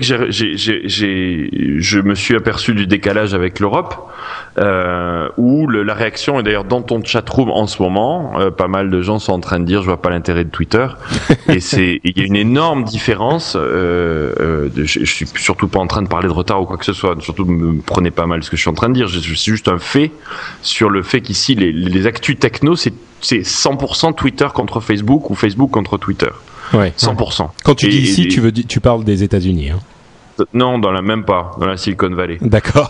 je me suis aperçu du décalage avec l'Europe, où la réaction est d'ailleurs dans ton chatroom en ce moment. Pas mal de gens sont en train de dire je vois pas l'intérêt de Twitter. Et il y a une énorme différence. Je suis surtout pas en train de parler de retard ou quoi que ce soit. Surtout me prenez pas mal ce que je suis en train de dire. C'est juste un fait sur le fait qu'ici les actus techno c'est 100% Twitter contre Facebook ou Facebook contre Twitter. Ouais. 100%. Quand tu dis ici, tu parles des États-Unis, hein. Non, même pas, dans la Silicon Valley. D'accord.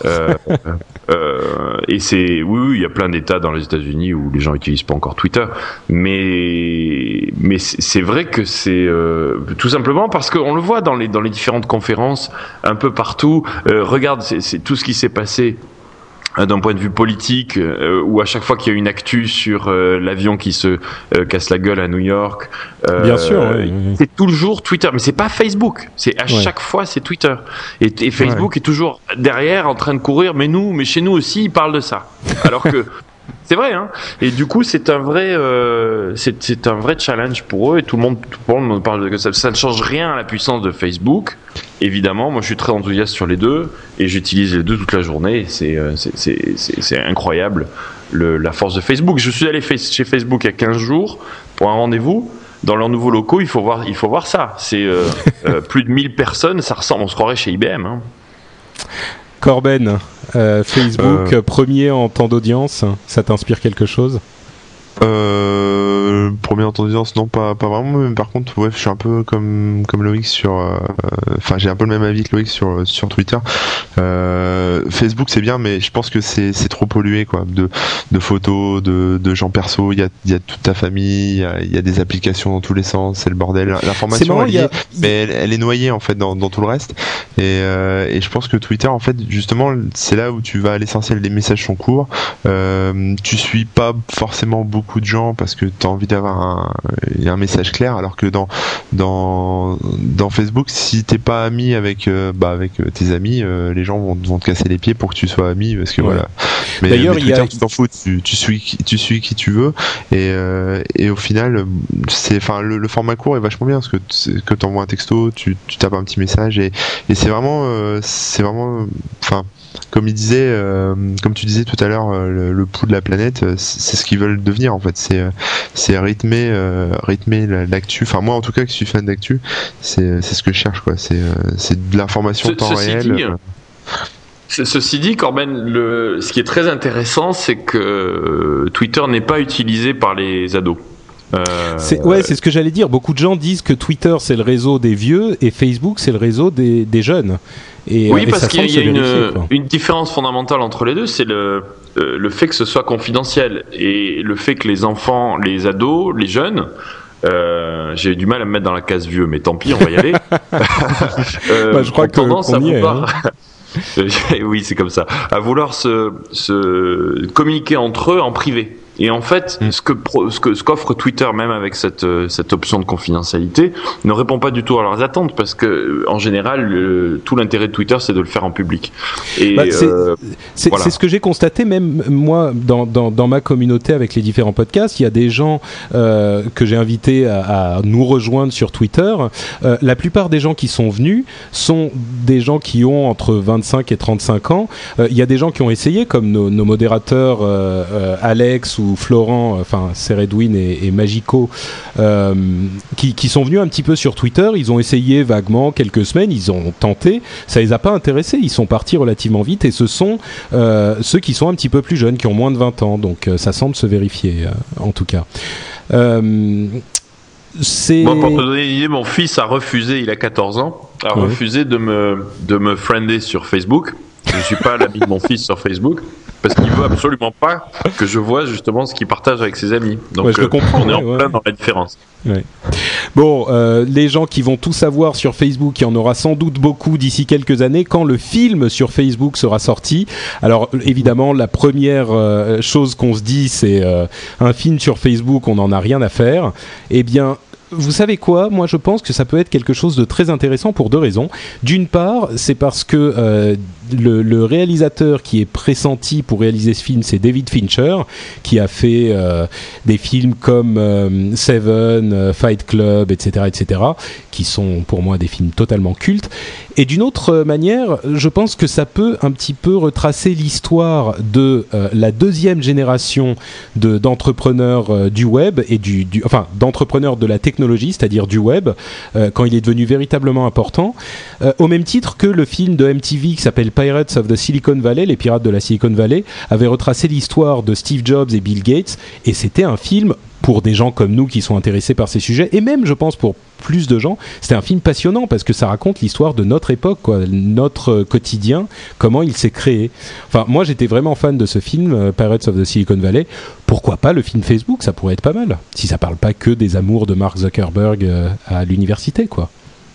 Et oui, il y a plein d'États dans les États-Unis où les gens utilisent pas encore Twitter, mais c'est vrai que c'est tout simplement parce qu'on le voit dans les différentes conférences un peu partout. Regarde, c'est tout ce qui s'est passé d'un point de vue politique, où à chaque fois qu'il y a une actu sur l'avion qui se casse la gueule à New York, bien sûr, oui. C'est toujours Twitter, mais c'est pas Facebook. C'est à chaque fois c'est Twitter. Et Facebook est toujours derrière en train de courir. Mais chez nous aussi ils parlent de ça. Alors que c'est vrai, hein. Et du coup, c'est un vrai challenge pour eux. Et tout le monde me parle que ça ne change rien à la puissance de Facebook. Évidemment, moi, je suis très enthousiaste sur les deux et j'utilise les deux toute la journée. C'est incroyable la force de Facebook. Je suis allé chez Facebook il y a 15 jours pour un rendez-vous. Dans leurs nouveaux locaux, il faut voir ça. C'est plus de 1000 personnes. Ça ressemble, on se croirait chez IBM, hein. Corben, Facebook, premier en temps d'audience, ça t'inspire quelque chose ? Premier en temps d'audience, non, pas vraiment, mais par contre, ouais, je suis un peu comme Loïc sur, enfin, j'ai un peu le même avis que Loïc sur Twitter. Facebook, c'est bien, mais je pense que c'est trop pollué, quoi, de photos, de gens perso, il y a toute ta famille, il y a des applications dans tous les sens, c'est le bordel. L'information, mais elle est noyée, en fait, dans tout le reste. Et je pense que Twitter, en fait, justement, c'est là où tu vas à l'essentiel. Les messages sont courts, tu suis pas forcément beaucoup de gens parce que tu as envie d'avoir un message clair, alors que dans Facebook, si t'es pas ami avec tes amis, les gens vont te casser les pieds pour que tu sois ami, parce que voilà. Mais Twitter, tu t'en fous, tu suis qui tu veux, et au final, le format court est vachement bien, parce que t'envoies un texto, tu tapes un petit message, et c'est vraiment, enfin, comme tu disais tout à l'heure, le pouls de la planète, c'est ce qu'ils veulent devenir, en fait. C'est rythmer l'actu. Enfin, moi, en tout cas, que je suis fan d'actu, c'est ce que je cherche, quoi. C'est de l'information en temps réel. Ceci dit, Corben, ce qui est très intéressant, c'est que Twitter n'est pas utilisé par les ados. C'est ce que j'allais dire. Beaucoup de gens disent que Twitter c'est le réseau des vieux et Facebook c'est le réseau des jeunes. Parce qu'il y a une différence fondamentale entre les deux, c'est le fait que ce soit confidentiel et le fait que les enfants, les ados, les jeunes, j'ai du mal à me mettre dans la case vieux, mais tant pis, on va y aller. Je crois qu'on y est. Oui, c'est comme ça. À vouloir se communiquer entre eux en privé. Et en fait, ce qu'offre Twitter, même avec cette option de confidentialité, ne répond pas du tout à leurs attentes, parce que en général, tout l'intérêt de Twitter, c'est de le faire en public. Et c'est ce que j'ai constaté, même moi, dans ma communauté avec les différents podcasts. Il y a des gens que j'ai invités à nous rejoindre sur Twitter. La plupart des gens qui sont venus sont des gens qui ont entre 25 et 35 ans. Il y a des gens qui ont essayé, comme nos modérateurs Alex ou Florent, enfin c'est Redwin et Magico, qui sont venus un petit peu sur Twitter. Ils ont essayé vaguement quelques semaines, ils ont tenté, ça les a pas intéressés, ils sont partis relativement vite, et ce sont ceux qui sont un petit peu plus jeunes, qui ont moins de 20 ans, donc ça semble se vérifier en tout cas. Moi, pour te donner une idée, mon fils a refusé, il a 14 ans, refusé de me friender sur Facebook. Je suis pas l'ami de mon fils sur Facebook, parce qu'il veut absolument pas que je vois justement ce qu'il partage avec ses amis. Donc je le comprends, on est en plein dans la différence. Ouais. Bon, les gens qui vont tout savoir sur Facebook, il y en aura sans doute beaucoup d'ici quelques années, quand le film sur Facebook sera sorti. Alors évidemment, la première chose qu'on se dit, c'est un film sur Facebook, on n'en a rien à faire. Eh bien, vous savez quoi ? Moi, je pense que ça peut être quelque chose de très intéressant pour deux raisons. D'une part, c'est parce que le réalisateur qui est pressenti pour réaliser ce film, c'est David Fincher, qui a fait des films comme Seven, Fight Club, etc., qui sont pour moi des films totalement cultes. Et d'une autre manière, je pense que ça peut un petit peu retracer l'histoire de la deuxième génération d'entrepreneurs du web et d'entrepreneurs de la technologie, c'est-à-dire du web, quand il est devenu véritablement important, au même titre que le film de MTV qui s'appelle Pirates of the Silicon Valley, les pirates de la Silicon Valley, avait retracé l'histoire de Steve Jobs et Bill Gates, et c'était un film pour des gens comme nous qui sont intéressés par ces sujets, et même je pense pour plus de gens, c'était un film passionnant parce que ça raconte l'histoire de notre époque, quoi, notre quotidien, comment il s'est créé. Enfin, moi j'étais vraiment fan de ce film, Pirates of the Silicon Valley. Pourquoi pas le film Facebook, ça pourrait être pas mal, si ça parle pas que des amours de Mark Zuckerberg à l'université, quoi.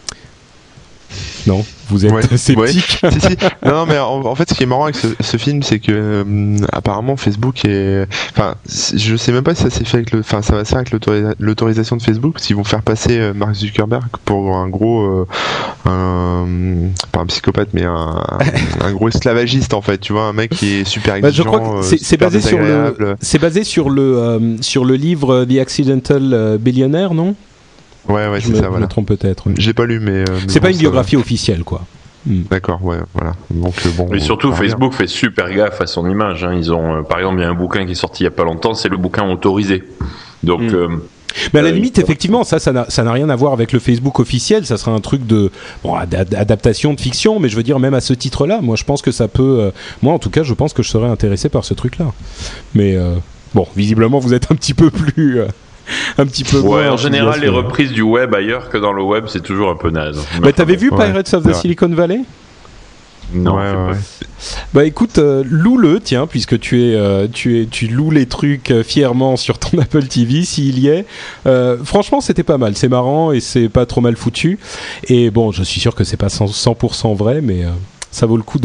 Non, vous êtes sceptique. Ouais. Si. Non, mais en fait, ce qui est marrant avec ce film, c'est que apparemment Facebook est. Enfin, je sais même pas si ça s'est fait avec ça va se faire avec l'autorisation de Facebook, s'ils vont faire passer Mark Zuckerberg pour un gros, pas un psychopathe, mais un gros esclavagiste en fait. Tu vois, un mec qui est super exigeant. Je crois que c'est basé sur le livre The Accidental Billionaire, non? Ouais, c'est ça, voilà. Je me trompe peut-être. J'ai pas lu, mais c'est pas une biographie officielle, quoi. D'accord, ouais, voilà. Donc bon. Mais surtout, Facebook fait super gaffe à son image. Hein. Ils ont, par exemple, il y a un bouquin qui est sorti il y a pas longtemps, c'est le bouquin autorisé. Donc. Mais à la limite, effectivement, ça n'a rien à voir avec le Facebook officiel. Ça sera un truc d'adaptation de fiction. Mais je veux dire, même à ce titre-là, moi, je pense que ça peut. Moi, en tout cas, je pense que je serais intéressé par ce truc-là. Mais bon, visiblement, vous êtes un petit peu plus. Ouais, en général, les reprises du web ailleurs que dans le web, c'est toujours un peu naze. Mais t'avais vu Pirates of the Silicon Valley ? Non. Bah écoute, loue-le, tiens, puisque tu loues les trucs fièrement sur ton Apple TV, s'il y est. Franchement, c'était pas mal, c'est marrant et c'est pas trop mal foutu. Et bon, je suis sûr que c'est pas 100% vrai, mais ça vaut le coup de.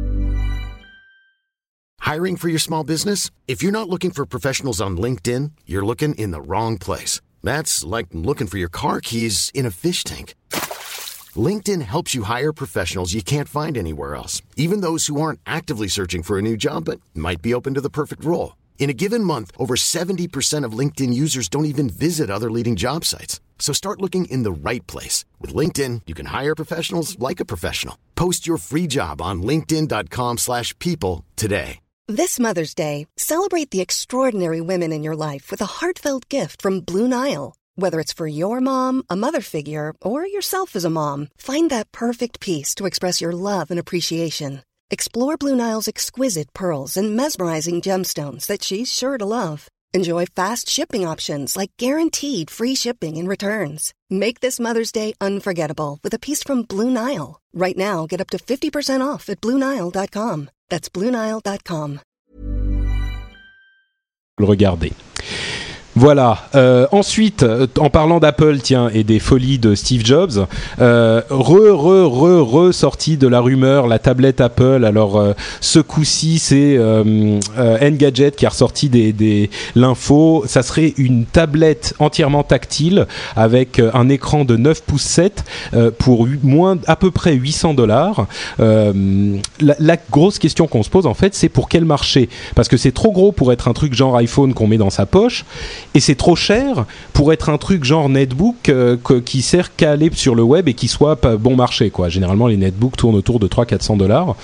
Hiring for your small business? If you're not looking for professionals on LinkedIn, you're looking in the wrong place. That's like looking for your car keys in a fish tank. LinkedIn helps you hire professionals you can't find anywhere else, even those who aren't actively searching for a new job but might be open to the perfect role. In a given month, over 70% of LinkedIn users don't even visit other leading job sites. So start looking in the right place. With LinkedIn, you can hire professionals like a professional. Post your free job on linkedin.com/people today. This Mother's Day, celebrate the extraordinary women in your life with a heartfelt gift from Blue Nile. Whether it's for your mom, a mother figure, or yourself as a mom, find that perfect piece to express your love and appreciation. Explore Blue Nile's exquisite pearls and mesmerizing gemstones that she's sure to love. Enjoy fast shipping options like guaranteed free shipping and returns. Make this Mother's Day unforgettable with a piece from Blue Nile. Right now, get up to 50% off at BlueNile.com. That's BlueNile.com. Regardez. Voilà. Ensuite, en parlant d'Apple, tiens, et des folies de Steve Jobs, sortie de la rumeur, la tablette Apple. Alors, ce coup-ci, c'est Engadget qui a ressorti l'info. Ça serait une tablette entièrement tactile avec un écran de 9 pouces 7 pour à peu près $800. La grosse question qu'on se pose, en fait, c'est pour quel marché ? Parce que c'est trop gros pour être un truc genre iPhone qu'on met dans sa poche. Et c'est trop cher pour être un truc genre netbook qui sert qu'à aller sur le web et qui soit pas bon marché, quoi. Généralement, les netbooks tournent autour de $300-400.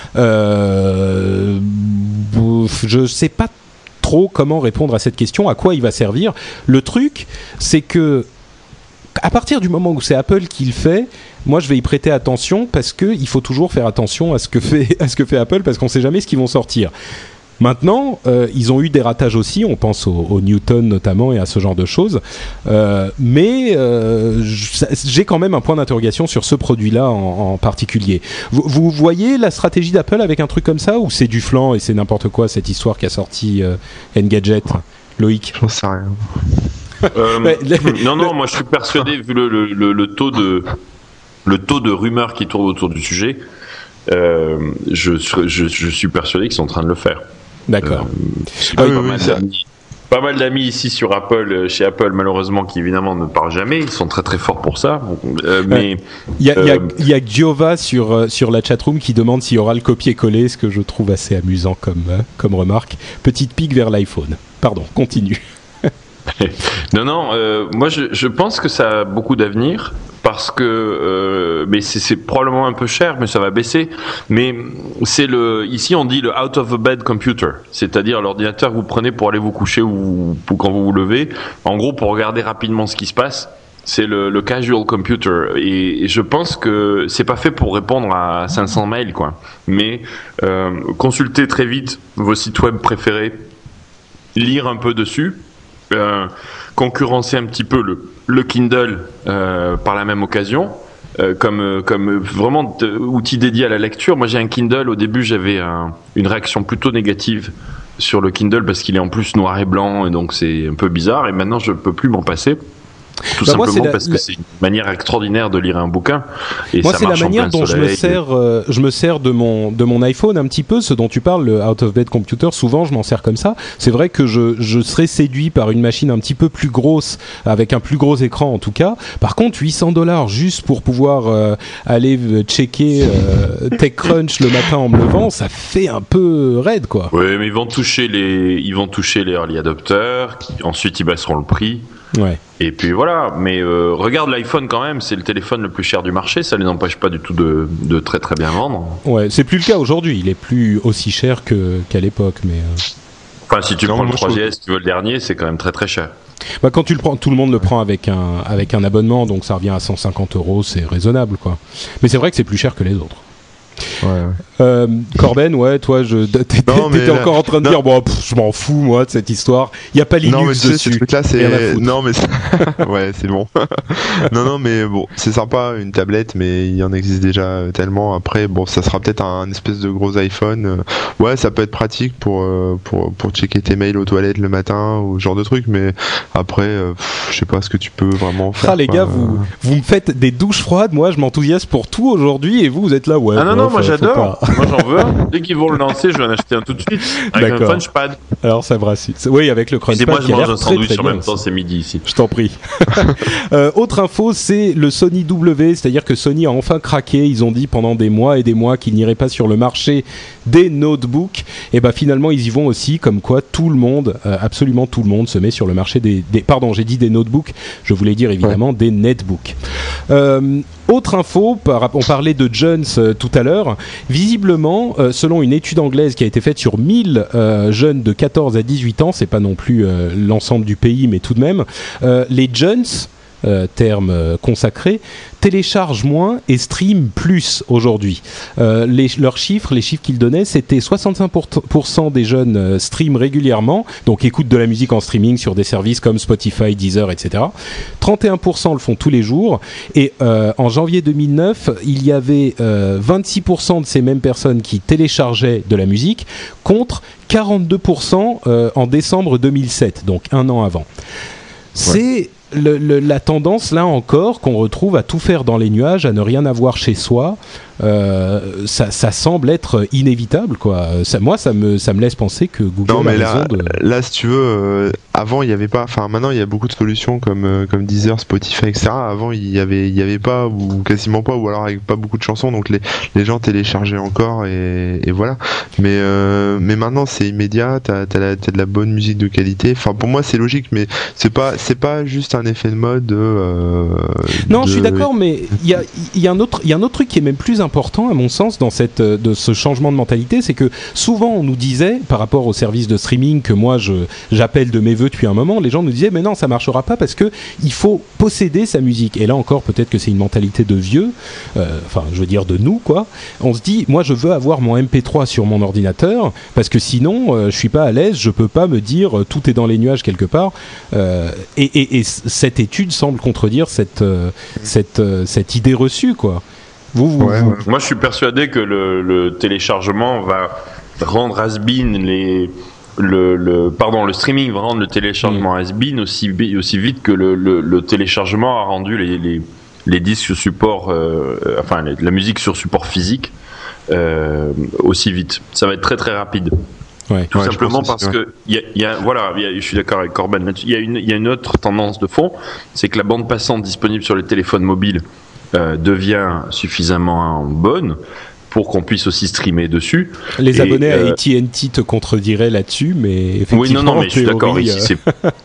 Je sais pas trop comment répondre à cette question, à quoi il va servir. Le truc, c'est que à partir du moment où c'est Apple qui le fait, moi je vais y prêter attention parce qu'il faut toujours faire attention à ce que fait Apple parce qu'on sait jamais ce qu'ils vont sortir. Maintenant, ils ont eu des ratages aussi, on pense au Newton notamment et à ce genre de choses, mais j'ai quand même un point d'interrogation sur ce produit-là en particulier. Vous voyez la stratégie d'Apple avec un truc comme ça, ou c'est du flan et c'est n'importe quoi cette histoire qu'a sorti Engadget, Loïc ? J'en sais rien. Non, moi je suis persuadé, vu le taux de rumeurs qui tournent autour du sujet, je suis persuadé qu'ils sont en train de le faire. D'accord. Pas mal d'amis ici chez Apple, malheureusement, qui évidemment ne parlent jamais. Ils sont très très forts pour ça. Mais il y a Giova sur la chatroom qui demande s'il y aura le copier-coller, ce que je trouve assez amusant comme remarque. Petite pique vers l'iPhone. Pardon, continue. Non, moi je pense que ça a beaucoup d'avenir parce que mais c'est probablement un peu cher, mais ça va baisser. Mais ici on dit le out of a bed computer, c'est-à-dire l'ordinateur que vous prenez pour aller vous coucher ou quand vous vous levez, en gros pour regarder rapidement ce qui se passe. C'est le casual computer et je pense que c'est pas fait pour répondre à 500 mails, quoi. Mais consulter très vite vos sites web préférés, lire un peu dessus. Concurrencer un petit peu le Kindle par la même occasion comme vraiment outil dédié à la lecture. Moi j'ai un Kindle, au début j'avais une réaction plutôt négative sur le Kindle parce qu'il est en plus noir et blanc et donc c'est un peu bizarre, et maintenant je peux plus m'en passer. Tout simplement parce que c'est une manière extraordinaire de lire un bouquin. Et moi, ça c'est marche la manière dont je me sers de mon iPhone un petit peu, ce dont tu parles, le out of bed computer. Souvent, je m'en sers comme ça. C'est vrai que je serais séduit par une machine un petit peu plus grosse, avec un plus gros écran en tout cas. Par contre, $800 juste pour pouvoir aller checker TechCrunch le matin en me levant, ça fait un peu raide, quoi. Oui, mais ils vont toucher les early adopters, ensuite ils baisseront le prix. Ouais. Et puis voilà, mais regarde l'iPhone quand même, c'est le téléphone le plus cher du marché, ça ne les empêche pas du tout de très très bien vendre. Ouais, c'est plus le cas aujourd'hui, il est plus aussi cher qu'à l'époque, mais... Enfin, si tu prends le 3GS, si tu veux le dernier, c'est quand même très très cher. Bah, quand tu le prends, tout le monde le prend avec un abonnement, donc ça revient à 150 €, c'est raisonnable, quoi. Mais c'est vrai que c'est plus cher que les autres. Ouais. Corben, ouais, toi, t'étais encore en train de dire, bon, je m'en fous, moi, de cette histoire. Il y a pas Linux non, mais dessus. Ce truc-là, c'est non, mais ouais, c'est bon. non, mais bon, c'est sympa une tablette, mais il y en existe déjà tellement. Après, bon, ça sera peut-être un espèce de gros iPhone. Ouais, ça peut être pratique pour checker tes mails aux toilettes le matin ou ce genre de truc, mais après, je sais pas ce que tu peux vraiment faire. Ah, les gars, vous me faites des douches froides. Moi, je m'enthousiasme pour tout aujourd'hui, et vous êtes là, ouais. Ah non, moi j'adore. Moi j'en veux un. Dès qu'ils vont le lancer, je vais en acheter un tout de suite. Avec un Crunchpad. Alors ça me rassure. Oui, avec le Crunchpad. Et moi je mange un sandwich très en même bien, temps, c'est midi ici. Je t'en prie. Autre info, c'est le Sony W, c'est-à-dire que Sony a enfin craqué. Ils ont dit pendant des mois et des mois qu'ils n'iraient pas sur le marché des notebooks. Et bah finalement ils y vont aussi, comme quoi tout le monde, absolument tout le monde se met sur le marché pardon, j'ai dit des notebooks, je voulais dire évidemment des netbooks. Autre info, on parlait de Jones tout à l'heure. Visiblement, selon une étude anglaise qui a été faite sur 1000 jeunes de 14 à 18 ans, c'est pas non plus l'ensemble du pays, mais tout de même, les Jones terme consacré, télécharge moins et stream plus aujourd'hui. Les chiffres qu'ils donnaient, c'était 65% des jeunes streament régulièrement, donc écoutent de la musique en streaming sur des services comme Spotify, Deezer, etc. 31% le font tous les jours, et en janvier 2009, il y avait 26% de ces mêmes personnes qui téléchargeaient de la musique, contre 42% en décembre 2007, donc un an avant. C'est la tendance, là encore, qu'on retrouve à tout faire dans les nuages, à ne rien avoir chez soi. Ça semble être inévitable, quoi. Ça me laisse penser que Google a raison de... Là, si tu veux, avant il y avait pas, enfin maintenant il y a beaucoup de solutions comme Deezer, Spotify, etc. Avant il y avait pas, ou quasiment pas, ou alors avec pas beaucoup de chansons, donc les gens téléchargeaient encore et voilà. Mais maintenant c'est immédiat, t'as de la bonne musique de qualité. Enfin pour moi c'est logique, mais c'est pas juste un effet de mode. Non, je suis d'accord, mais il y a un autre truc qui est même plus important à mon sens dans de ce changement de mentalité, c'est que souvent on nous disait par rapport aux services de streaming que moi j'appelle de mes voeux depuis un moment, les gens nous disaient mais non, ça marchera pas parce que il faut posséder sa musique. Et là encore peut-être que c'est une mentalité de vieux, je veux dire de nous, quoi. On se dit moi je veux avoir mon MP3 sur mon ordinateur parce que sinon je suis pas à l'aise, je peux pas me dire tout est dans les nuages quelque part, et cette étude semble contredire cette idée reçue, quoi. Moi, je suis persuadé que le téléchargement va rendre has-been le streaming va rendre le téléchargement has-been aussi vite que le téléchargement a rendu les disques sur support, la musique sur support physique aussi vite. Ça va être très très rapide. Tout simplement parce que je suis d'accord avec Corben là-dessus. Il y a une autre tendance de fond, c'est que la bande passante disponible sur les téléphones mobiles devient suffisamment bonne pour qu'on puisse aussi streamer dessus. Les abonnés à AT&T te contrediraient là-dessus, mais effectivement... Oui, non, mais je suis d'accord. Ici,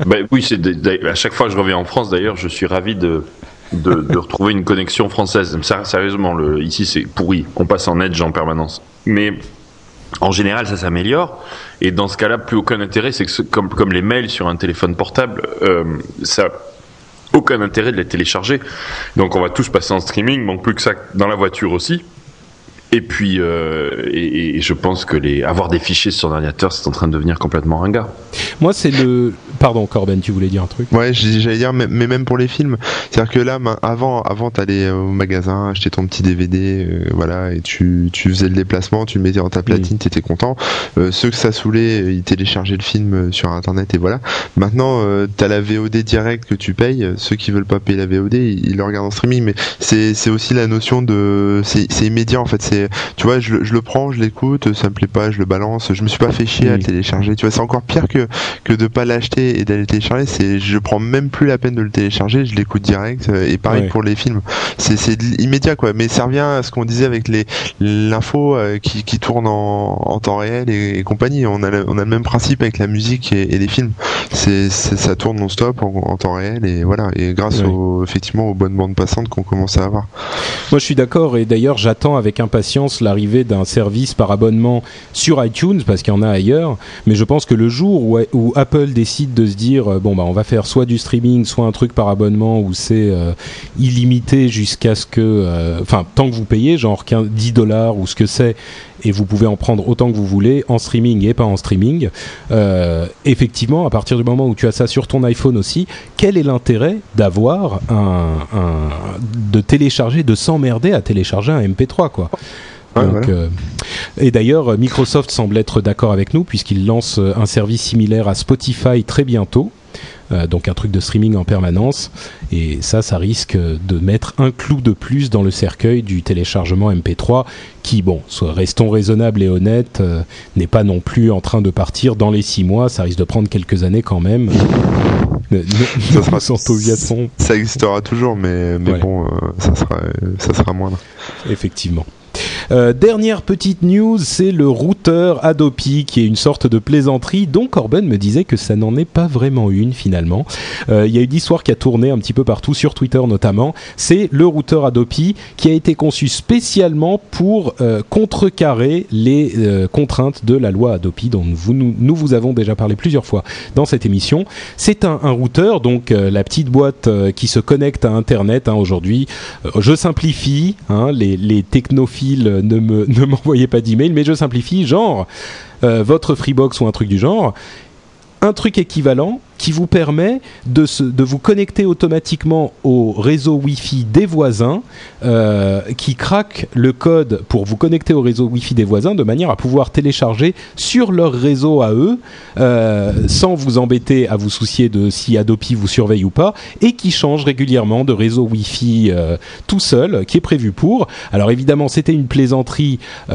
à chaque fois que je reviens en France, d'ailleurs, je suis ravi de retrouver une connexion française. Sérieusement, ici, c'est pourri. On passe en edge en permanence. Mais en général, ça s'améliore. Et dans ce cas-là, plus aucun intérêt. C'est que comme les mails sur un téléphone portable, ça... aucun intérêt de les télécharger. Donc on va tous passer en streaming, donc plus que ça dans la voiture aussi. Et puis et je pense que avoir des fichiers sur ordinateur, c'est en train de devenir complètement ringard. Moi c'est Pardon Corben, tu voulais dire un truc? Ouais, j'allais dire, mais même pour les films, c'est-à-dire que là, avant t'allais au magasin, acheter ton petit DVD, voilà, et tu faisais le déplacement, tu le mettais dans ta platine, t'étais content. Ceux que ça saoulait, ils téléchargeaient le film sur internet et voilà. Maintenant, t'as la VOD direct que tu payes. Ceux qui veulent pas payer la VOD, ils le regardent en streaming. Mais c'est aussi la notion de, c'est immédiat en fait. Tu vois, je le prends, je l'écoute, ça me plaît pas, je le balance. Je me suis pas fait chier à le télécharger. Tu vois, c'est encore pire que de pas l'acheter et d'aller le télécharger. Je prends même plus la peine de le télécharger, je l'écoute direct. Et pareil pour les films. C'est immédiat quoi. Mais ça revient à ce qu'on disait avec l'info qui tourne en temps réel et compagnie. On a le même principe avec la musique et les films. Ça tourne non-stop en temps réel et voilà. Et grâce effectivement aux bonnes bandes passantes qu'on commence à avoir. Moi je suis d'accord, et d'ailleurs j'attends avec impatience l'arrivée d'un service par abonnement sur iTunes parce qu'il y en a ailleurs, mais je pense que le jour où Apple décide de se dire on va faire soit du streaming, soit un truc par abonnement où c'est illimité jusqu'à ce que tant que vous payez genre $10 ou ce que c'est, et vous pouvez en prendre autant que vous voulez en streaming et pas en streaming, effectivement à partir du moment où tu as ça sur ton iPhone aussi, quel est l'intérêt d'avoir de télécharger, de s'emmerder à télécharger un MP3 quoi. Donc, voilà. Et d'ailleurs Microsoft semble être d'accord avec nous puisqu'il lance un service similaire à Spotify très bientôt, donc un truc de streaming en permanence, et ça risque de mettre un clou de plus dans le cercueil du téléchargement MP3 qui, restons raisonnables et honnêtes, n'est pas non plus en train de partir dans les 6 mois, ça risque de prendre quelques années quand même. Ça existera toujours, mais bon, ça sera moindre. Effectivement. Dernière petite news, c'est le routeur Adopi, qui est une sorte de plaisanterie dont Corben me disait que ça n'en est pas vraiment une finalement. Il y a une histoire qui a tourné un petit peu partout, sur Twitter notamment. C'est le routeur Adopi qui a été conçu spécialement pour contrecarrer les contraintes de la loi Adopi, dont nous vous avons déjà parlé plusieurs fois dans cette émission. C'est un routeur, donc la petite boîte qui se connecte à Internet aujourd'hui. Je simplifie, les technophiles ne m'envoyez pas d'email, mais je simplifie, genre votre Freebox ou un truc du genre. Un truc équivalent qui vous permet de vous connecter automatiquement au réseau Wi-Fi des voisins, qui craque le code pour vous connecter au réseau Wi-Fi des voisins de manière à pouvoir télécharger sur leur réseau à eux, sans vous embêter à vous soucier de si Adopi vous surveille ou pas, et qui change régulièrement de réseau Wi-Fi tout seul, qui est prévu pour. Alors évidemment, c'était une plaisanterie qui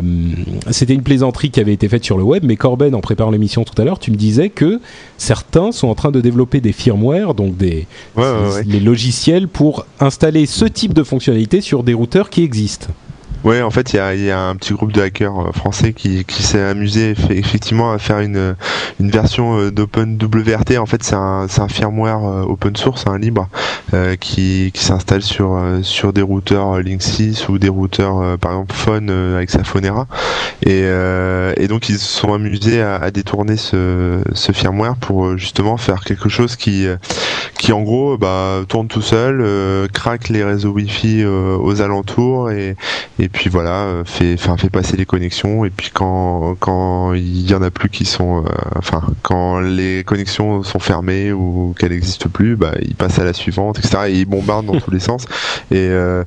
avait été faite sur le web, mais Corben, en préparant l'émission tout à l'heure, tu me disais que certains sont en train de développer des firmware, donc les logiciels pour installer ce type de fonctionnalité sur des routeurs qui existent. Ouais, en fait, il y a un petit groupe de hackers français qui s'est amusé effectivement à faire une version d'OpenWRT. En fait, c'est un firmware open source, libre, qui s'installe sur des routeurs Linksys ou des routeurs par exemple Phone avec sa Phonera. Et donc ils se sont amusés à détourner ce firmware pour justement faire quelque chose qui en gros tourne tout seul, craque les réseaux Wi-Fi aux alentours et puis voilà, fait passer les connexions, et puis quand il y en a plus qui sont quand les connexions sont fermées ou qu'elles n'existent plus, il passe à la suivante, etc. et il bombarde dans tous les sens. Et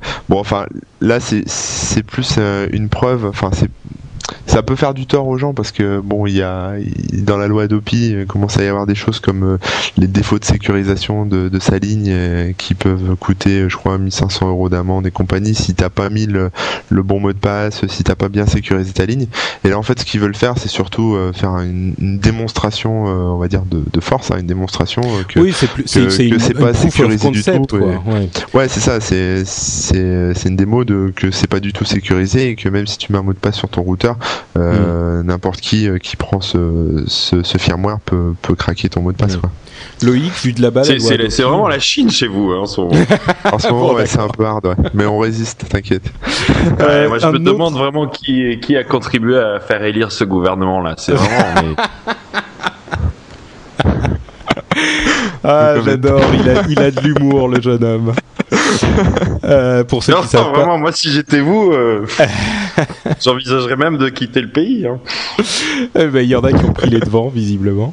là c'est plus une preuve, ça peut faire du tort aux gens parce que il y a dans la loi Adopi il commence à y avoir des choses comme les défauts de sécurisation de sa ligne qui peuvent coûter, je crois, 1500 € d'amende et compagnie si t'as pas mis le bon mot de passe, si t'as pas bien sécurisé ta ligne. Et là en fait ce qu'ils veulent faire, c'est surtout faire une démonstration, on va dire de force, une démonstration que c'est pas sécurisé du tout. Ouais, c'est ça, c'est une démo que c'est pas du tout sécurisé et que même si tu mets un mot de passe sur ton routeur, n'importe qui prend ce firmware peut craquer ton mot de passe. Loïc, vu de la balle, c'est vraiment la Chine chez vous en ce moment. En ce moment, c'est un peu hard, mais on résiste, t'inquiète. Moi, je me demande vraiment qui a contribué à faire élire ce gouvernement-là. C'est vraiment. J'adore, il a de l'humour, le jeune homme. Pour ceux qui savent vraiment, pas... moi si j'étais vous, j'envisagerais même de quitter le pays. Il y en a qui ont pris les devants, visiblement.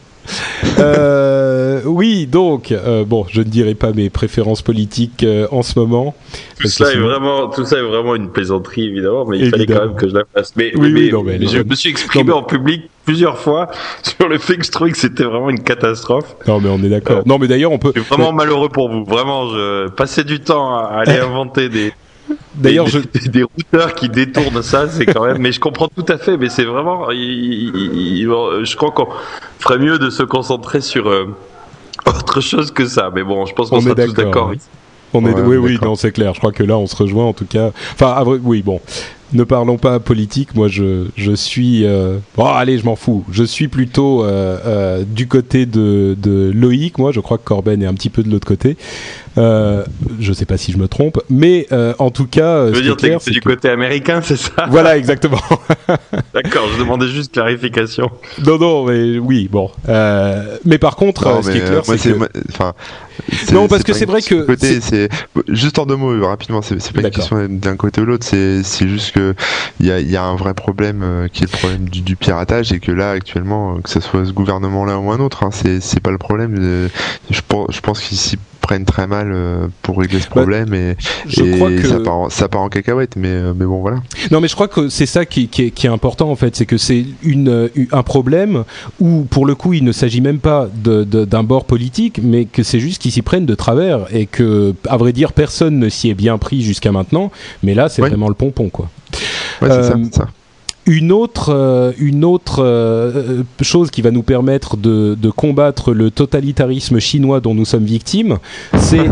Oui, donc je ne dirai pas mes préférences politiques en ce moment. Tout ça est vraiment une plaisanterie, évidemment, mais il fallait quand même que je la fasse. Mais je me suis exprimé en public plusieurs fois sur le fait que je trouvais que c'était vraiment une catastrophe. Non, mais on est d'accord. Non, mais d'ailleurs, on peut. Je suis vraiment malheureux pour vous. Vraiment, je passais du temps à aller inventer des routeurs qui détournent ça, c'est quand même. Mais je comprends tout à fait. Mais c'est vraiment. Je crois qu'on ferait mieux de se concentrer sur autre chose que ça. Mais bon, je pense qu'on sera tous d'accord. Oui, non, c'est clair. Je crois que là, on se rejoint en tout cas. Enfin, oui, bon. Ne parlons pas politique. Moi, je suis. Allez, je m'en fous. Je suis plutôt du côté de Loïc. Moi, je crois que Corben est un petit peu de l'autre côté. Je sais pas si je me trompe, mais en tout cas, je veux dire, c'est du côté américain, c'est ça? Voilà, exactement. D'accord, je demandais juste clarification. Non, mais oui, bon. Mais par contre, ce qui est clair, c'est que... Non, parce que c'est vrai que... Côté, c'est... Juste en deux mots, rapidement, c'est pas une question d'un côté ou l'autre, c'est juste que il y a un vrai problème qui est le problème du piratage, et que là, actuellement, que ce soit ce gouvernement-là ou un autre, c'est pas le problème. Je pense qu'ici prennent très mal pour régler ce problème, et ça part en cacahuète, mais bon, voilà. Non, mais je crois que c'est ça qui est important, en fait, c'est que c'est un problème où, pour le coup, il ne s'agit même pas d'un bord politique, mais que c'est juste qu'ils s'y prennent de travers, et que, à vrai dire, personne ne s'y est bien pris jusqu'à maintenant, mais là, c'est vraiment le pompon, quoi. Ouais, c'est ça. Une autre chose qui va nous permettre de combattre le totalitarisme chinois dont nous sommes victimes, c'est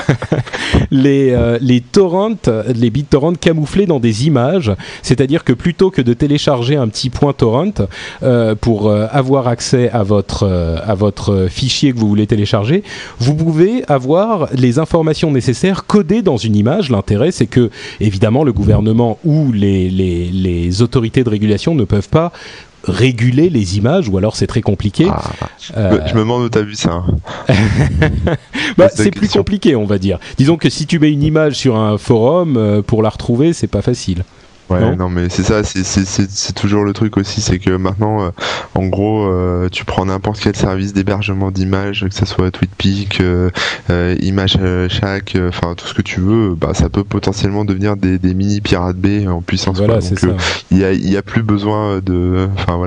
les torrents, les BitTorrent camouflés dans des images. C'est-à-dire que plutôt que de télécharger un petit point torrent pour avoir accès à votre fichier que vous voulez télécharger, vous pouvez avoir les informations nécessaires codées dans une image. L'intérêt, c'est que évidemment le gouvernement ou les autorités de régulation ne peuvent pas réguler les images, ou alors c'est très compliqué. Je me demande où t'as vu ça. C'est plus compliqué, on va dire. Disons que si tu mets une image sur un forum, pour la retrouver, c'est pas facile. Ouais, non mais c'est ça, c'est toujours le truc aussi, c'est que maintenant, en gros, tu prends n'importe quel service d'hébergement d'images, que ça soit TweetPic, ImageShack, enfin tout ce que tu veux, bah ça peut potentiellement devenir des mini Pirate Bay en puissance. Voilà, quoi. Donc c'est ça. Il y a plus besoin de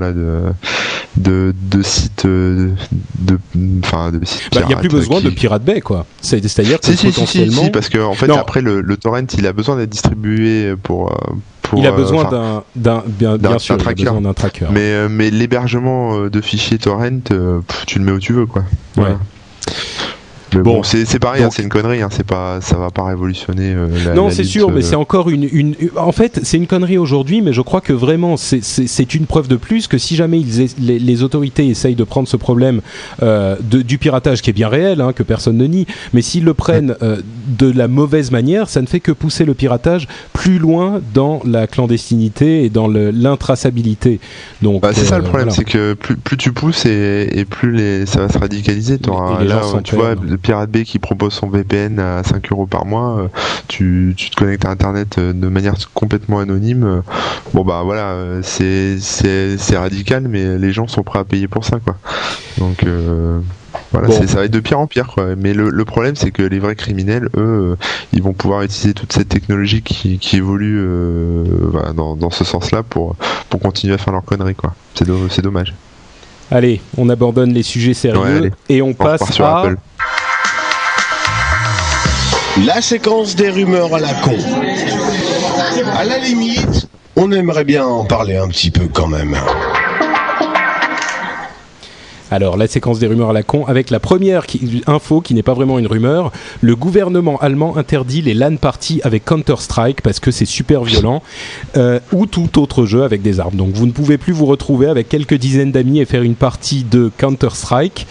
sites de sites pirates. Il y a plus besoin de Pirate Bay, quoi. C'est-à-dire que potentiellement. Si, parce que en fait après le torrent, il a besoin d'être distribué pour il a besoin bien sûr, il a besoin d'un tracker. Mais l'hébergement de fichiers torrent, tu le mets où tu veux, quoi. Voilà. Ouais. Mais bon, c'est pareil, donc, c'est une connerie, ça va pas révolutionner non, c'est sûr, mais c'est encore en fait, c'est une connerie aujourd'hui, mais je crois que vraiment, c'est une preuve de plus que si jamais les autorités essayent de prendre ce problème du piratage, qui est bien réel, que personne ne nie, mais s'ils le prennent de la mauvaise manière, ça ne fait que pousser le piratage plus loin dans la clandestinité et dans l'intraçabilité. Donc, c'est ça le problème, c'est que plus tu pousses et plus ça va se radicaliser. Là, tu vois, le Pirate Bay qui propose son VPN à 5 € par mois, tu te connectes à Internet de manière complètement anonyme. Bon bah voilà, c'est radical, mais les gens sont prêts à payer pour ça, quoi. Donc voilà, ça va être de pire en pire, quoi. Mais le problème, c'est que les vrais criminels, eux, ils vont pouvoir utiliser toute cette technologie qui évolue dans ce sens-là pour continuer à faire leurs conneries, quoi. C'est dommage. Allez, on abandonne les sujets sérieux et on passe sur à Apple. La séquence des rumeurs à la con. À la limite, on aimerait bien en parler un petit peu quand même. Alors, la séquence des rumeurs à la con, avec la première info qui n'est pas vraiment une rumeur. Le gouvernement allemand interdit les LAN parties avec Counter-Strike parce que c'est super violent, ou tout autre jeu avec des armes. Donc, vous ne pouvez plus vous retrouver avec quelques dizaines d'amis et faire une partie de Counter-Strike.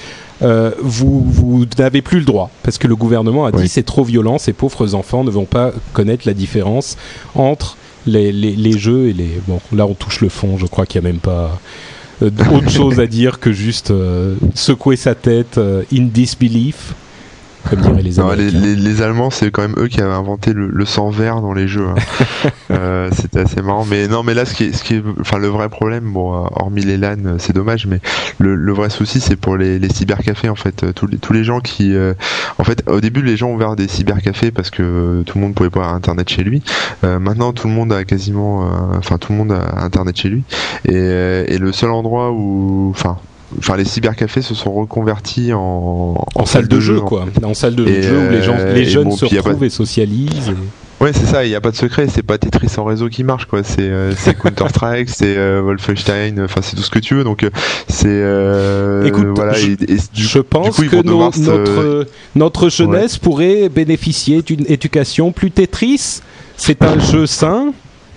Vous n'avez plus le droit parce que le gouvernement a dit c'est trop violent, ces pauvres enfants ne vont pas connaître la différence entre les jeux et les... Bon, là on touche le fond, je crois qu'il n'y a même pas autre chose à dire que juste secouer sa tête in disbelief, comme diraient les Américains. Les Allemands, c'est quand même eux qui avaient inventé le sang vert dans les jeux. C'était assez marrant. Mais non, mais là, ce qui est, enfin, le vrai problème, hormis les LAN, c'est dommage, mais le vrai souci, c'est pour les cybercafés, en fait. Tous les gens qui, en fait, au début, les gens ont ouvert des cybercafés parce que tout le monde pouvait pas avoir Internet chez lui. Maintenant, tout le monde a tout le monde a Internet chez lui. Et le seul endroit où, Enfin, les cybercafés se sont reconvertis en salle de jeu, quoi. En salle de jeu où les jeunes se retrouvent et socialisent. Ouais, c'est ça, il n'y a pas de secret, c'est pas Tetris en réseau qui marche, quoi. C'est Counter-Strike, c'est Wolfenstein, enfin, c'est tout ce que tu veux, donc c'est... Écoute, voilà, je pense que notre jeunesse pourrait bénéficier d'une éducation plus Tetris. C'est un jeu sain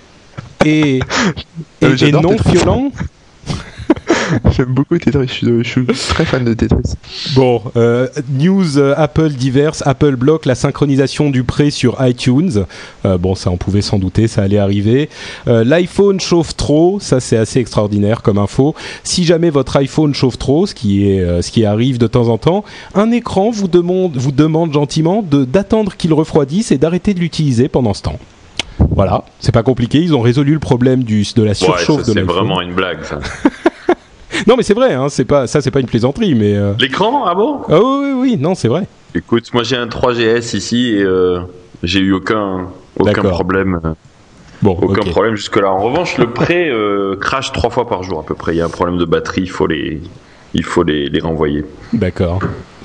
et non violent. J'aime beaucoup Tetris, je suis très fan de Tetris. Bon, news Apple diverses. Apple bloque la synchronisation du prêt sur iTunes. Bon, ça on pouvait s'en douter, ça allait arriver. L'iPhone chauffe trop, ça c'est assez extraordinaire comme info. Si jamais votre iPhone chauffe trop, ce qui arrive de temps en temps, un écran vous demande gentiment d'attendre qu'il refroidisse et d'arrêter de l'utiliser pendant ce temps. Voilà, c'est pas compliqué, ils ont résolu le problème de la surchauffe de l'iPhone. C'est vraiment une blague, ça. Non, mais c'est vrai, c'est pas une plaisanterie, mais... L'écran, ah bon ? Ah oui, non, c'est vrai. Écoute, moi j'ai un 3GS ici et j'ai eu aucun problème. Aucun problème jusque-là. En revanche, le prêt crache 3 fois par jour à peu près. Il y a un problème de batterie, il faut les renvoyer. D'accord.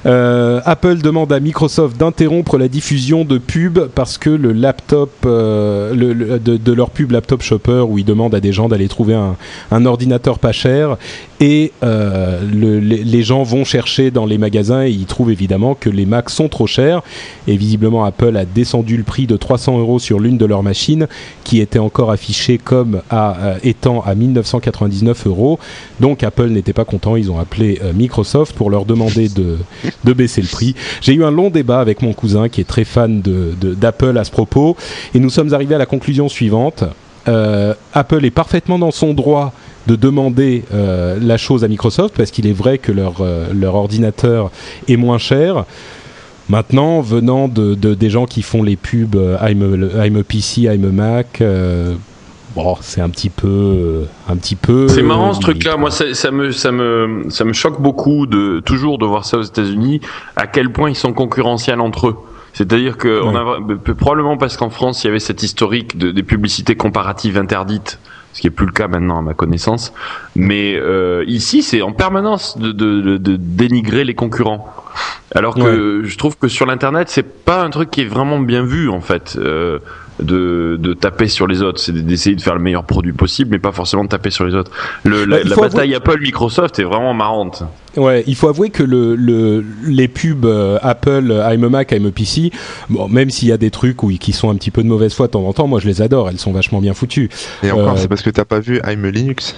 Apple demande à Microsoft d'interrompre la diffusion de pubs parce que le laptop, de leur pub Laptop Shopper, où ils demandent à des gens d'aller trouver un ordinateur pas cher, et les gens vont chercher dans les magasins et ils trouvent évidemment que les Macs sont trop chers. Et visiblement, Apple a descendu le prix de 300 € sur l'une de leurs machines, qui était encore affichée comme étant à 1999 €. Donc Apple n'était pas content, ils ont appelé Microsoft pour leur demander de baisser le prix. J'ai eu un long débat avec mon cousin qui est très fan d'Apple à ce propos, et nous sommes arrivés à la conclusion suivante. Apple est parfaitement dans son droit de demander la chose à Microsoft, parce qu'il est vrai que leur ordinateur est moins cher. Maintenant, venant des gens qui font les pubs I'm a PC, I'm a Mac, bon, c'est un petit peu. C'est marrant ce truc-là. Moi, ça me choque beaucoup toujours de voir ça aux États-Unis, à quel point ils sont concurrentiels entre eux. C'est-à-dire que probablement parce qu'en France il y avait cette historique des publicités comparatives interdites, ce qui est plus le cas maintenant à ma connaissance. Mais ici, c'est en permanence de dénigrer les concurrents. Alors que je trouve que sur l'internet, c'est pas un truc qui est vraiment bien vu en fait. De taper sur les autres, c'est d'essayer de faire le meilleur produit possible, mais pas forcément de taper sur les autres. La bataille Apple-Microsoft est vraiment marrante. Ouais, il faut avouer que les pubs Apple, I'm a Mac, I'm a PC, bon, même s'il y a des trucs qui sont un petit peu de mauvaise foi de temps en temps, moi je les adore, elles sont vachement bien foutues. Et encore, c'est parce que t'as pas vu I'm a Linux.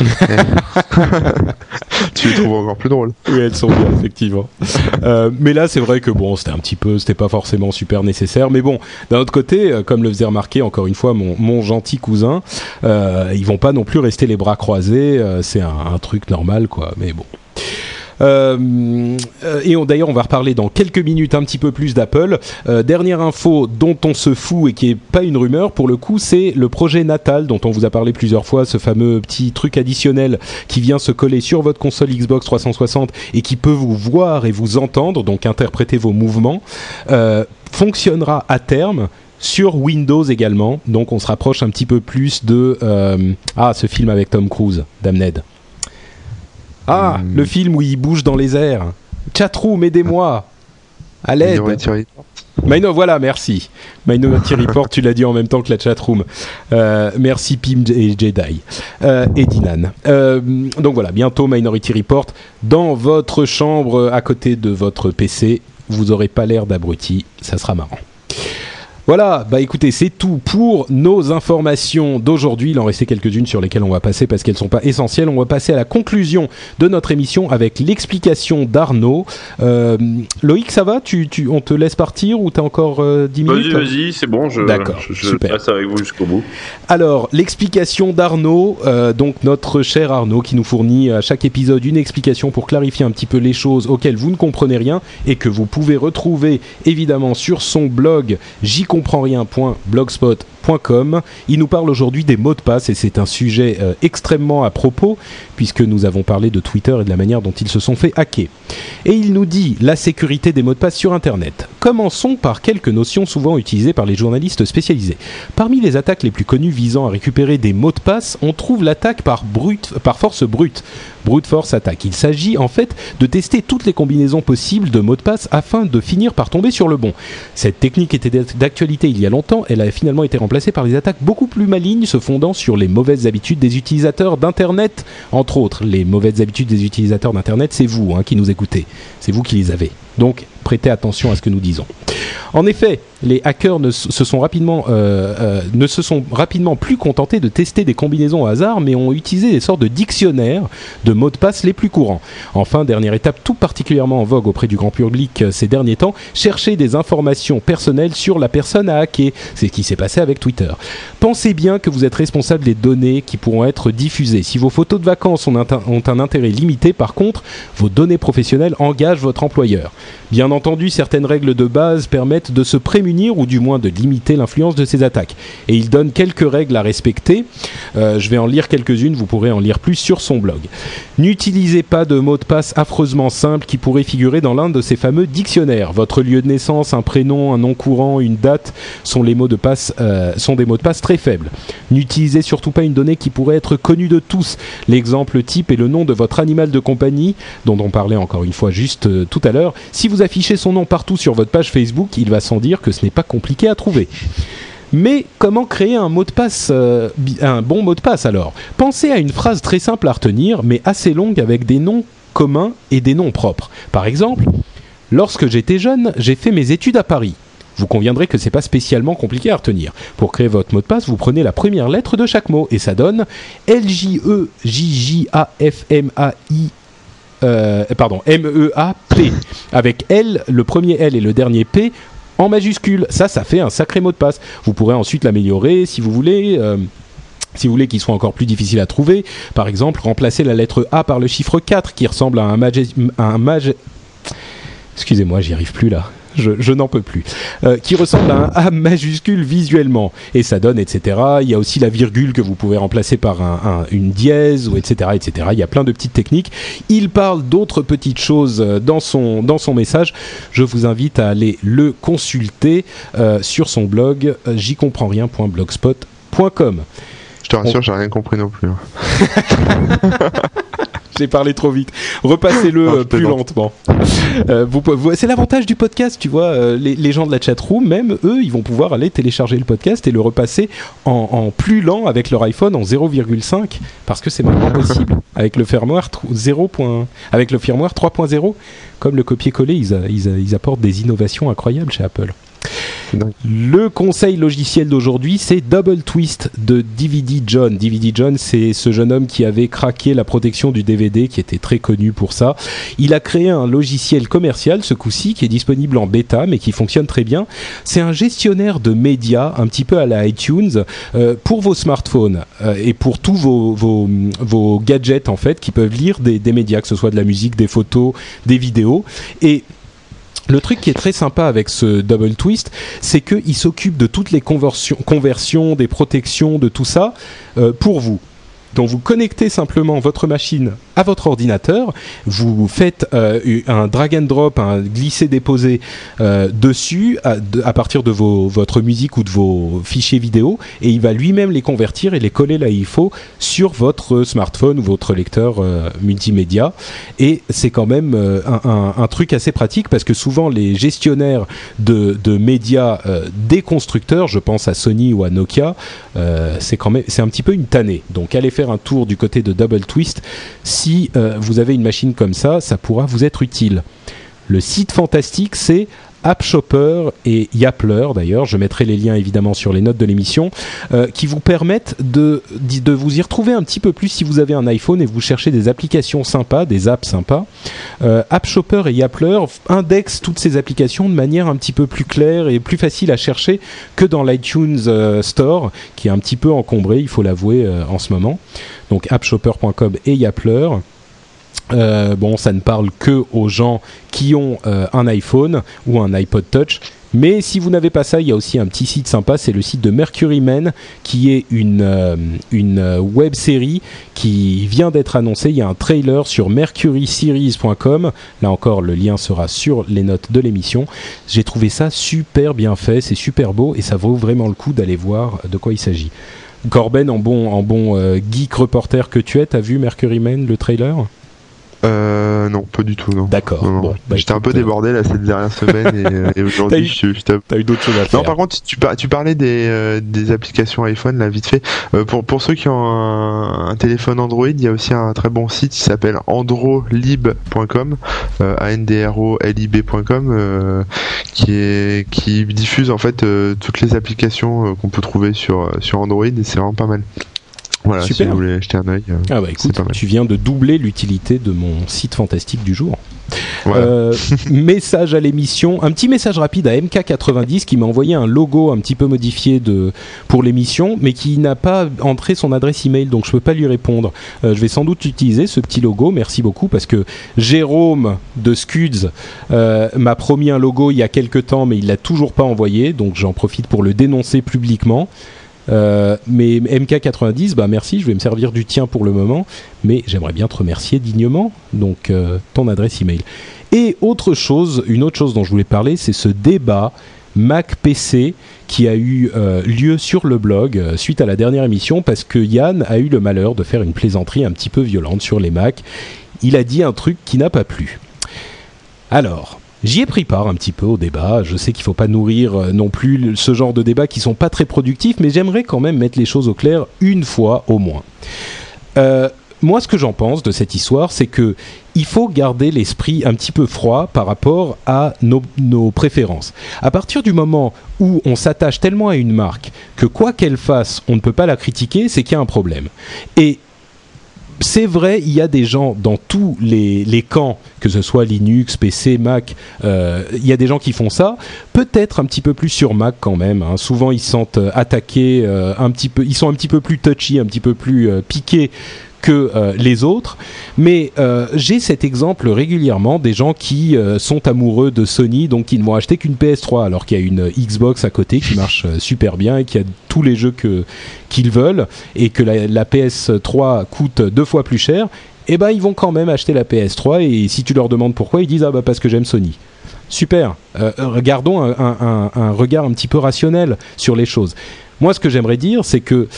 Tu les trouves encore plus drôles. Oui, elles sont bien, effectivement. Mais là, c'est vrai que bon, c'était pas forcément super nécessaire, mais bon, d'un autre côté, comme le faisait remarquer encore une fois mon gentil cousin, ils vont pas non plus rester les bras croisés, c'est un truc normal, quoi, mais bon. Et d'ailleurs on va reparler dans quelques minutes un petit peu plus d'Apple. Dernière info dont on se fout et qui est pas une rumeur pour le coup, c'est le projet Natal dont on vous a parlé plusieurs fois, ce fameux petit truc additionnel qui vient se coller sur votre console Xbox 360 et qui peut vous voir et vous entendre, donc interpréter vos mouvements, fonctionnera à terme sur Windows également. Donc on se rapproche un petit peu plus de ce film avec Tom Cruise, Damned. Le film où il bouge dans les airs. Chatroom, aidez-moi. À l'aide. Voilà, merci. Minority Report, tu l'as dit en même temps que la chatroom. Merci Pim et Jedi. Et Dinan. Donc voilà, bientôt Minority Report dans votre chambre à côté de votre PC. Vous n'aurez pas l'air d'abruti, ça sera marrant. Voilà, bah écoutez, c'est tout pour nos informations d'aujourd'hui. Il en restait quelques-unes sur lesquelles on va passer parce qu'elles ne sont pas essentielles. On va passer à la conclusion de notre émission avec l'explication d'Arnaud. Loïc, ça va ? On te laisse partir ou t'as encore 10 minutes ? Vas-y, c'est bon, je passe avec vous jusqu'au bout. Alors, l'explication d'Arnaud, donc notre cher Arnaud qui nous fournit à chaque épisode une explication pour clarifier un petit peu les choses auxquelles vous ne comprenez rien et que vous pouvez retrouver évidemment sur son blog j'ycomprendrien.blogspot.com. Il nous parle aujourd'hui des mots de passe et c'est un sujet extrêmement à propos puisque nous avons parlé de Twitter et de la manière dont ils se sont fait hacker. Et il nous dit la sécurité des mots de passe sur Internet. Commençons par quelques notions souvent utilisées par les journalistes spécialisés. Parmi les attaques les plus connues visant à récupérer des mots de passe, on trouve l'attaque par force brute. Brute force attack. Il s'agit en fait de tester toutes les combinaisons possibles de mots de passe afin de finir par tomber sur le bon. Cette technique était d'actualité il y a longtemps, elle a finalement été remplacée par des attaques beaucoup plus malignes se fondant sur les mauvaises habitudes des utilisateurs d'Internet. Entre autres, les mauvaises habitudes des utilisateurs d'Internet, c'est vous qui nous écoutez, c'est vous qui les avez. Donc prêtez attention à ce que nous disons. En effet, les hackers ne se sont rapidement plus contentés de tester des combinaisons au hasard, mais ont utilisé des sortes de dictionnaires de mots de passe les plus courants. Enfin, dernière étape tout particulièrement en vogue auprès du grand public ces derniers temps, chercher des informations personnelles sur la personne à hacker. C'est ce qui s'est passé avec Twitter. Pensez bien que vous êtes responsable des données qui pourront être diffusées. Si vos photos de vacances ont un intérêt limité, par contre, vos données professionnelles engagent votre employeur. Bien entendu, certaines règles de base permettent de se prémunir ou du moins de limiter l'influence de ces attaques. Et il donne quelques règles à respecter. Je vais en lire quelques-unes, vous pourrez en lire plus sur son blog. N'utilisez pas de mots de passe affreusement simples qui pourraient figurer dans l'un de ces fameux dictionnaires. Votre lieu de naissance, un prénom, un nom courant, une date sont des mots de passe très faibles. N'utilisez surtout pas une donnée qui pourrait être connue de tous. L'exemple type est le nom de votre animal de compagnie, dont on parlait encore une fois juste tout à l'heure. Si vous affichez son nom partout sur votre page Facebook, il va sans dire que ce n'est pas compliqué à trouver. Mais comment créer un mot de passe, un bon mot de passe alors ? Pensez à une phrase très simple à retenir, mais assez longue avec des noms communs et des noms propres. Par exemple, lorsque j'étais jeune, j'ai fait mes études à Paris. Vous conviendrez que c'est pas spécialement compliqué à retenir. Pour créer votre mot de passe, vous prenez la première lettre de chaque mot et ça donne MEAP, avec L, le premier L et le dernier P en majuscule. Ça fait un sacré mot de passe. Vous pourrez ensuite l'améliorer si vous voulez. Si vous voulez qu'il soit encore plus difficile à trouver, par exemple, remplacer la lettre A par le chiffre 4 qui ressemble à un Excusez-moi, j'y arrive plus là. Je n'en peux plus. Qui ressemble à un A majuscule visuellement. Et ça donne, etc. Il y a aussi la virgule que vous pouvez remplacer par une dièse, ou etc., etc. Il y a plein de petites techniques. Il parle d'autres petites choses dans son message. Je vous invite à aller le consulter sur son blog j'ycomprendrien.blogspot.com. Je te rassure, j'ai rien compris non plus. J'ai parlé trop vite. Repassez-le plus lentement. C'est l'avantage du podcast, tu vois. Les gens de la chatroom, même eux, ils vont pouvoir aller télécharger le podcast et le repasser en plus lent avec leur iPhone en 0,5 parce que c'est maintenant possible avec le firmware 3.0. Comme le copier-coller, ils apportent des innovations incroyables chez Apple. Le conseil logiciel d'aujourd'hui, c'est Double Twist de DVD John. DVD John, c'est ce jeune homme qui avait craqué la protection du DVD, qui était très connu pour ça. Il a créé un logiciel commercial, ce coup-ci, qui est disponible en bêta, mais qui fonctionne très bien. C'est un gestionnaire de médias, un petit peu à la iTunes, pour vos smartphones et pour tous vos gadgets, en fait, qui peuvent lire des médias, que ce soit de la musique, des photos, des vidéos. Et le truc qui est très sympa avec ce Double Twist, c'est qu'il s'occupe de toutes les conversions, des protections, de tout ça pour vous. Donc vous connectez simplement votre machine à votre ordinateur, vous faites un drag and drop, un glisser-déposer dessus à partir de votre musique ou de vos fichiers vidéo, et il va lui-même les convertir et les coller là où il faut sur votre smartphone ou votre lecteur multimédia. Et c'est quand même un truc assez pratique parce que souvent les gestionnaires de médias des constructeurs, je pense à Sony ou à Nokia, c'est un petit peu une tannée. Donc allez faire un tour du côté de Double Twist. Si vous avez une machine comme ça pourra vous être utile. Le site fantastique, c'est AppShopper et Yappler, d'ailleurs, je mettrai les liens évidemment sur les notes de l'émission, qui vous permettent de vous y retrouver un petit peu plus si vous avez un iPhone et vous cherchez des applications sympas, des apps sympas. AppShopper et Yappler indexent toutes ces applications de manière un petit peu plus claire et plus facile à chercher que dans l'iTunes Store, qui est un petit peu encombré, il faut l'avouer, en ce moment. Donc appshopper.com et Yappler. Ça ne parle que aux gens qui ont un iPhone ou un iPod Touch. Mais si vous n'avez pas ça, il y a aussi un petit site sympa, c'est le site de Mercury Men, qui est une web série qui vient d'être annoncée. Il y a un trailer sur mercuryseries.com. Là encore, le lien sera sur les notes de l'émission. J'ai trouvé ça super bien fait, c'est super beau et ça vaut vraiment le coup d'aller voir de quoi il s'agit. Corben, en bon geek reporter que tu es, t'as vu Mercury Men, le trailer ? Non, pas du tout, non. D'accord. Non. Bon, j'étais un peu débordé là cette dernière semaine et aujourd'hui t'as eu d'autres choses à faire. Non, par contre, tu parlais des applications iPhone là vite fait. Pour ceux qui ont un téléphone Android, il y a aussi un très bon site qui s'appelle androlib.com, androlib.com, qui diffuse en fait toutes les applications qu'on peut trouver sur Android et c'est vraiment pas mal. Voilà, super. Si vous voulez jeter un œil, écoute, tu viens de doubler l'utilité de mon site fantastique du jour. Voilà. Message à l'émission, un petit message rapide à MK90 qui m'a envoyé un logo un petit peu modifié pour l'émission, mais qui n'a pas entré son adresse email, donc je peux pas lui répondre. Je vais sans doute utiliser ce petit logo, merci beaucoup, parce que Jérôme de Scuds m'a promis un logo il y a quelques temps, mais il l'a toujours pas envoyé, donc j'en profite pour le dénoncer publiquement. Mais MK90, merci, je vais me servir du tien pour le moment, mais j'aimerais bien te remercier dignement, donc ton adresse email. Et une autre chose dont je voulais parler, c'est ce débat Mac-PC qui a eu lieu sur le blog suite à la dernière émission, parce que Yann a eu le malheur de faire une plaisanterie un petit peu violente sur les Mac. Il a dit un truc qui n'a pas plu. Alors, j'y ai pris part un petit peu au débat. Je sais qu'il ne faut pas nourrir non plus ce genre de débats qui ne sont pas très productifs, mais j'aimerais quand même mettre les choses au clair une fois au moins. Moi, ce que j'en pense de cette histoire, c'est qu'il faut garder l'esprit un petit peu froid par rapport à nos préférences. À partir du moment où on s'attache tellement à une marque que quoi qu'elle fasse, on ne peut pas la critiquer, c'est qu'il y a un problème. Et c'est vrai, il y a des gens dans tous les camps, que ce soit Linux, PC, Mac, il y a des gens qui font ça, peut-être un petit peu plus sur Mac quand même, hein. Souvent ils se sentent attaqués un petit peu, ils sont un petit peu plus touchy, un petit peu plus piqués que les autres, mais j'ai cet exemple régulièrement des gens qui sont amoureux de Sony, donc qui ne vont acheter qu'une PS3 alors qu'il y a une Xbox à côté qui marche super bien et qui a tous les jeux qu'ils veulent, et que la PS3 coûte 2 fois plus cher. Et ils vont quand même acheter la PS3, et si tu leur demandes pourquoi, ils disent parce que j'aime Sony. Super, regardons un regard un petit peu rationnel sur les choses. Moi, ce que j'aimerais dire, c'est que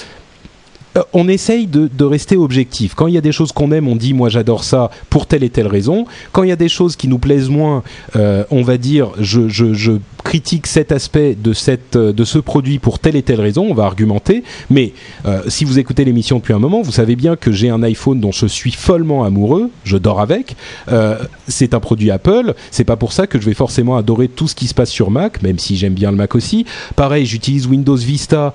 on essaye de rester objectif. Quand il y a des choses qu'on aime, on dit moi j'adore ça pour telle et telle raison. Quand il y a des choses qui nous plaisent moins, on va dire je critique cet aspect de ce produit pour telle et telle raison, on va argumenter. Mais si vous écoutez l'émission depuis un moment, vous savez bien que j'ai un iPhone dont je suis follement amoureux, je dors avec. C'est un produit Apple, c'est pas pour ça que je vais forcément adorer tout ce qui se passe sur Mac, même si j'aime bien le Mac aussi. Pareil, j'utilise Windows Vista,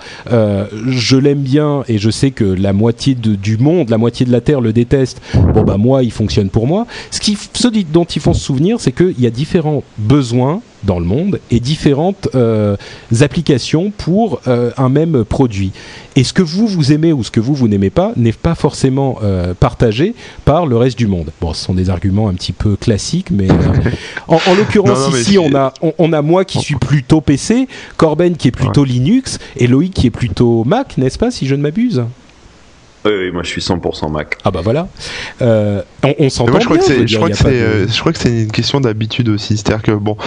je l'aime bien et je sais que la moitié du monde, la moitié de la Terre le déteste. Moi, il fonctionne pour moi. Ce dont il faut se souvenir, c'est qu'il y a différents besoins dans le monde et différentes applications pour un même produit. Et ce que vous aimez ou ce que vous n'aimez pas n'est pas forcément partagé par le reste du monde. Bon, ce sont des arguments un petit peu classiques, mais en l'occurrence ici, on a moi qui suis plutôt PC, Corben qui est plutôt Linux et Loïc qui est plutôt Mac, n'est-ce pas, si je ne m'abuse ? Oui, moi je suis 100% Mac. Ah voilà. On s'entend bien. Je crois que c'est une question d'habitude aussi. C'est-à-dire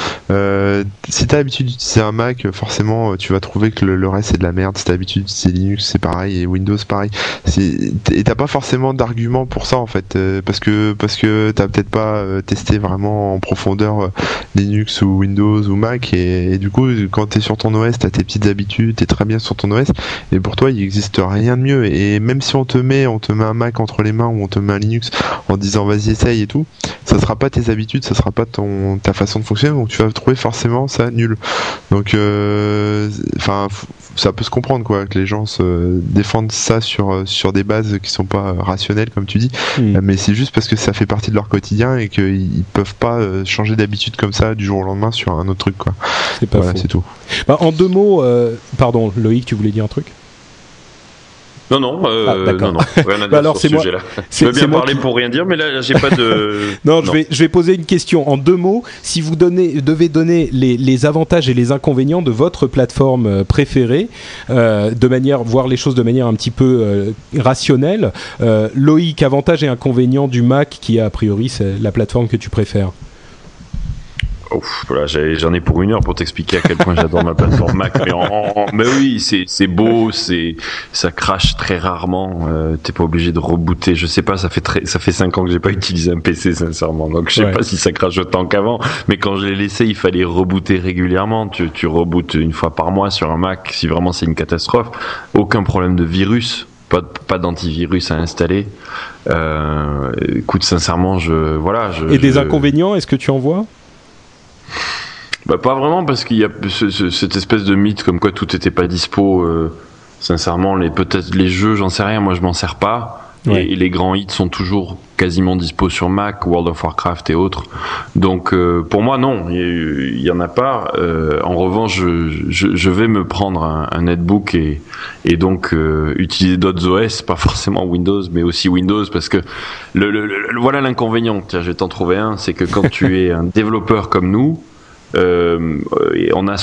que si t'as l'habitude d'utiliser un Mac, forcément tu vas trouver que le reste c'est de la merde. Si t'as l'habitude d'utiliser Linux, c'est pareil, et Windows pareil. Et t'as pas forcément d'argument pour ça en fait, parce que t'as peut-être pas testé vraiment en profondeur Linux ou Windows ou Mac, et du coup quand t'es sur ton OS, t'as tes petites habitudes, t'es très bien sur ton OS, et pour toi il existe rien de mieux. Et même si on te met un Mac entre les mains ou on te met un Linux en disant vas-y essaye et tout, ça sera pas tes habitudes, ça sera pas ta façon de fonctionner, donc tu vas trouver forcément ça nul. Donc ça peut se comprendre que les gens se défendent ça sur des bases qui sont pas rationnelles comme tu dis, mais c'est juste parce que ça fait partie de leur quotidien et qu'ils peuvent pas changer d'habitude comme ça du jour au lendemain sur un autre truc C'est pas faux. C'est tout. En 2 mots, pardon Loïc, tu voulais dire un truc ? Non, rien à dire alors sur ce sujet-là. Je veux bien parler pour rien dire, mais là, j'ai pas de... non, je vais poser une question en 2 mots. Si vous devez donner les avantages et les inconvénients de votre plateforme préférée, voir les choses de manière un petit peu rationnelle, Loïc, avantages et inconvénients du Mac, qui a priori c'est la plateforme que tu préfères. Voilà, j'en ai pour 1 heure pour t'expliquer à quel point j'adore ma plateforme Mac. Mais oui, c'est beau, ça crache très rarement. T'es pas obligé de rebooter. Je sais pas, ça fait 5 ans que j'ai pas utilisé un PC sincèrement, donc je sais pas si ça crache autant qu'avant. Mais quand je l'ai laissé, il fallait rebooter régulièrement. Tu rebootes 1 fois par mois sur un Mac si vraiment c'est une catastrophe. Aucun problème de virus. Pas d'antivirus à installer. Écoute, sincèrement, Et des inconvénients, est-ce que tu en vois ? Pas vraiment, parce qu'il y a cette espèce de mythe comme quoi tout était pas dispo. Sincèrement, peut-être les jeux, j'en sais rien, moi je m'en sers pas. Ouais. Et les grands hits sont toujours quasiment dispo sur Mac, World of Warcraft et autres. Donc pour moi non, il y en a pas. En revanche, je vais me prendre un netbook et donc utiliser d'autres OS, pas forcément Windows, mais aussi Windows, parce que voilà l'inconvénient. Tiens, je vais t'en trouver un, c'est que quand tu es un développeur comme nous, on a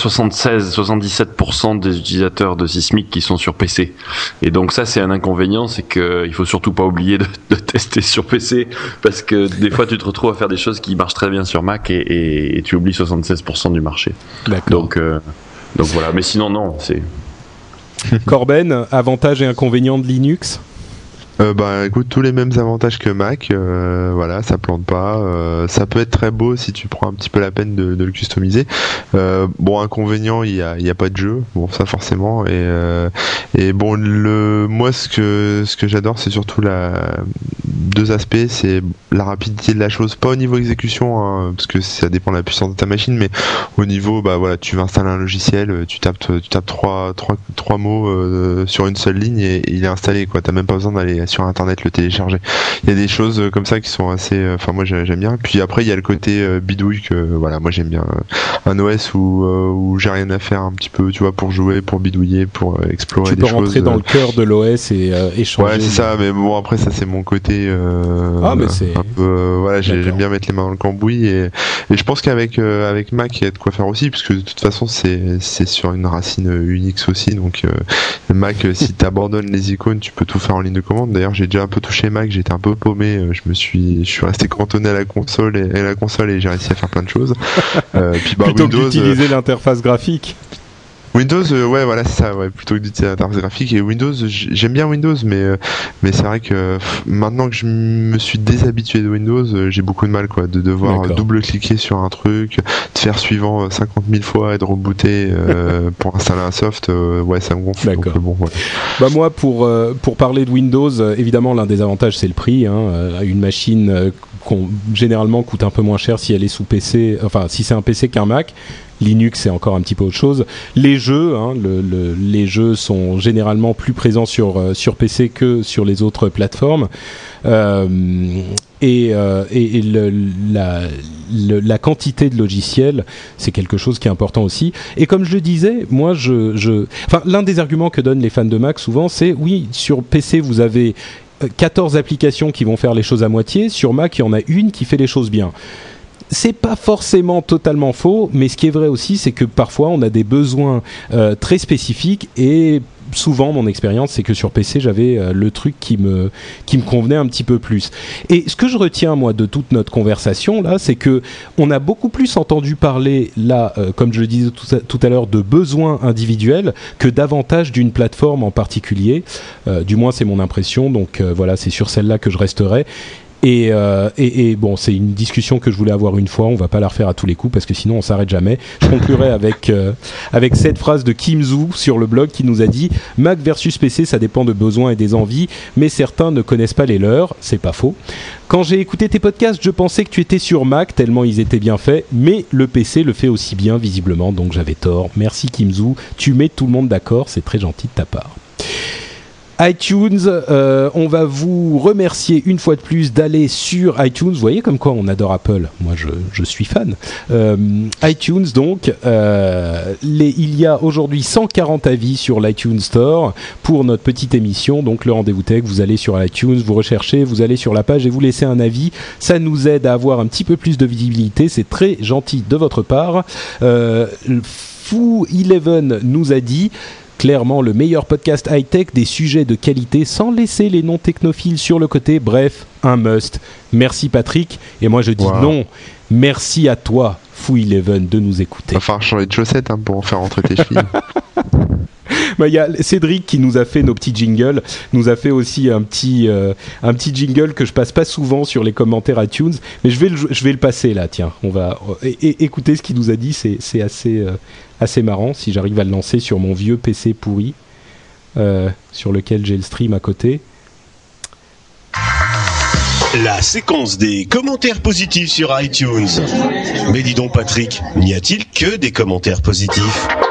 77% des utilisateurs de Sysmic qui sont sur PC, et donc ça c'est un inconvénient, c'est que il faut surtout pas oublier de tester sur PC, parce que des fois tu te retrouves à faire des choses qui marchent très bien sur Mac et tu oublies 76% du marché. D'accord. Donc voilà, mais sinon non, c'est Corben, avantages et inconvénients de Linux? Écoute, tous les mêmes avantages que Mac, voilà, ça plante pas, ça peut être très beau si tu prends un petit peu la peine de le customiser. Bon, inconvénient, il y a pas de jeu, bon ça forcément, et bon moi ce que j'adore, c'est surtout deux aspects, c'est la rapidité de la chose, pas au niveau exécution, hein, parce que ça dépend de la puissance de ta machine, mais au niveau, voilà, tu vas installer un logiciel, tu tapes trois mots sur une seule ligne et il est installé, quoi. T'as même pas besoin d'aller sur internet le télécharger. Il y a des choses comme ça qui sont assez, moi j'aime bien. Puis après il y a le côté bidouille que voilà, moi j'aime bien un OS où j'ai rien à faire un petit peu, tu vois, pour jouer, pour bidouiller, pour explorer des choses. Tu peux rentrer dans le cœur de l'OS et échanger. Ouais, c'est ça, mais bon après ça c'est mon côté mais c'est un peu voilà, j'aime bien mettre les mains dans le cambouis, et je pense qu'avec Mac il y a de quoi faire aussi, parce que de toute façon c'est sur une racine Unix aussi, donc Mac, si t'abandonnes les icônes, tu peux tout faire en ligne de commande. D'ailleurs, j'ai déjà un peu touché Mac, j'étais un peu paumé, je suis resté cantonné à la console et j'ai réussi à faire plein de choses. Puis plutôt Windows, que d'utiliser l'interface graphique. Windows, ouais, voilà, c'est ça, ouais, plutôt que d'utiliser l'interface graphique. Et Windows, j'aime bien Windows, mais c'est vrai que maintenant que je me suis déshabitué de Windows, j'ai beaucoup de mal, quoi, de devoir double-cliquer sur un truc, de faire suivant 50 000 fois et de rebooter pour installer un soft, ouais, ça me gonfle. D'accord. Donc, bon, ouais. Moi, pour parler de Windows, évidemment, l'un des avantages, c'est le prix, hein. Une machine généralement coûte un peu moins cher si elle est sous PC, enfin, si c'est un PC qu'un Mac. Linux, c'est encore un petit peu autre chose. Les jeux, hein, les jeux sont généralement plus présents sur PC que sur les autres plateformes. La quantité de logiciels, c'est quelque chose qui est important aussi. Et comme je le disais, moi, l'un des arguments que donnent les fans de Mac souvent, c'est oui, sur PC, vous avez 14 applications qui vont faire les choses à moitié. Sur Mac, il y en a une qui fait les choses bien. C'est pas forcément totalement faux, mais ce qui est vrai aussi, c'est que parfois on a des besoins très spécifiques, et souvent mon expérience, c'est que sur PC j'avais le truc qui me convenait un petit peu plus. Et ce que je retiens moi de toute notre conversation là, c'est que on a beaucoup plus entendu parler là, comme je le disais tout à l'heure, de besoins individuels que davantage d'une plateforme en particulier. Du moins c'est mon impression, donc voilà, c'est sur celle-là que je resterai. Et bon, c'est une discussion que je voulais avoir une fois, on va pas la refaire à tous les coups parce que sinon on s'arrête jamais. Je conclurai avec cette phrase de Kim Zhu sur le blog qui nous a dit « Mac versus PC, ça dépend de besoins et des envies, mais certains ne connaissent pas les leurs. » C'est pas faux. Quand j'ai écouté tes podcasts, je pensais que tu étais sur Mac tellement ils étaient bien faits, mais le PC le fait aussi bien visiblement, donc j'avais tort. Merci Kim Zhu, tu mets tout le monde d'accord, c'est très gentil de ta part. iTunes, on va vous remercier une fois de plus d'aller sur iTunes. Vous voyez comme quoi on adore Apple. Moi, je suis fan. iTunes, donc, il y a aujourd'hui 140 avis sur l'iTunes Store pour notre petite émission. Donc, le Rendez-vous Tech, vous allez sur iTunes, vous recherchez, vous allez sur la page et vous laissez un avis. Ça nous aide à avoir un petit peu plus de visibilité. C'est très gentil de votre part. Foo11 nous a dit... Clairement, le meilleur podcast high-tech, des sujets de qualité sans laisser les non technophiles sur le côté. Bref, un must. Merci Patrick. Et moi je dis non, merci à toi, Foo11, de nous écouter. Il va falloir changer de chaussettes pour en faire rentrer tes chevilles. Il y a Cédric qui nous a fait nos petits jingles, nous a fait aussi un petit jingle que je passe pas souvent sur les commentaires iTunes, mais je vais le passer là, tiens, on va écouter ce qu'il nous a dit, c'est assez marrant si j'arrive à le lancer sur mon vieux PC pourri sur lequel j'ai le stream à côté. La séquence des commentaires positifs sur iTunes. Mais dis donc Patrick, n'y a-t-il que des commentaires positifs ?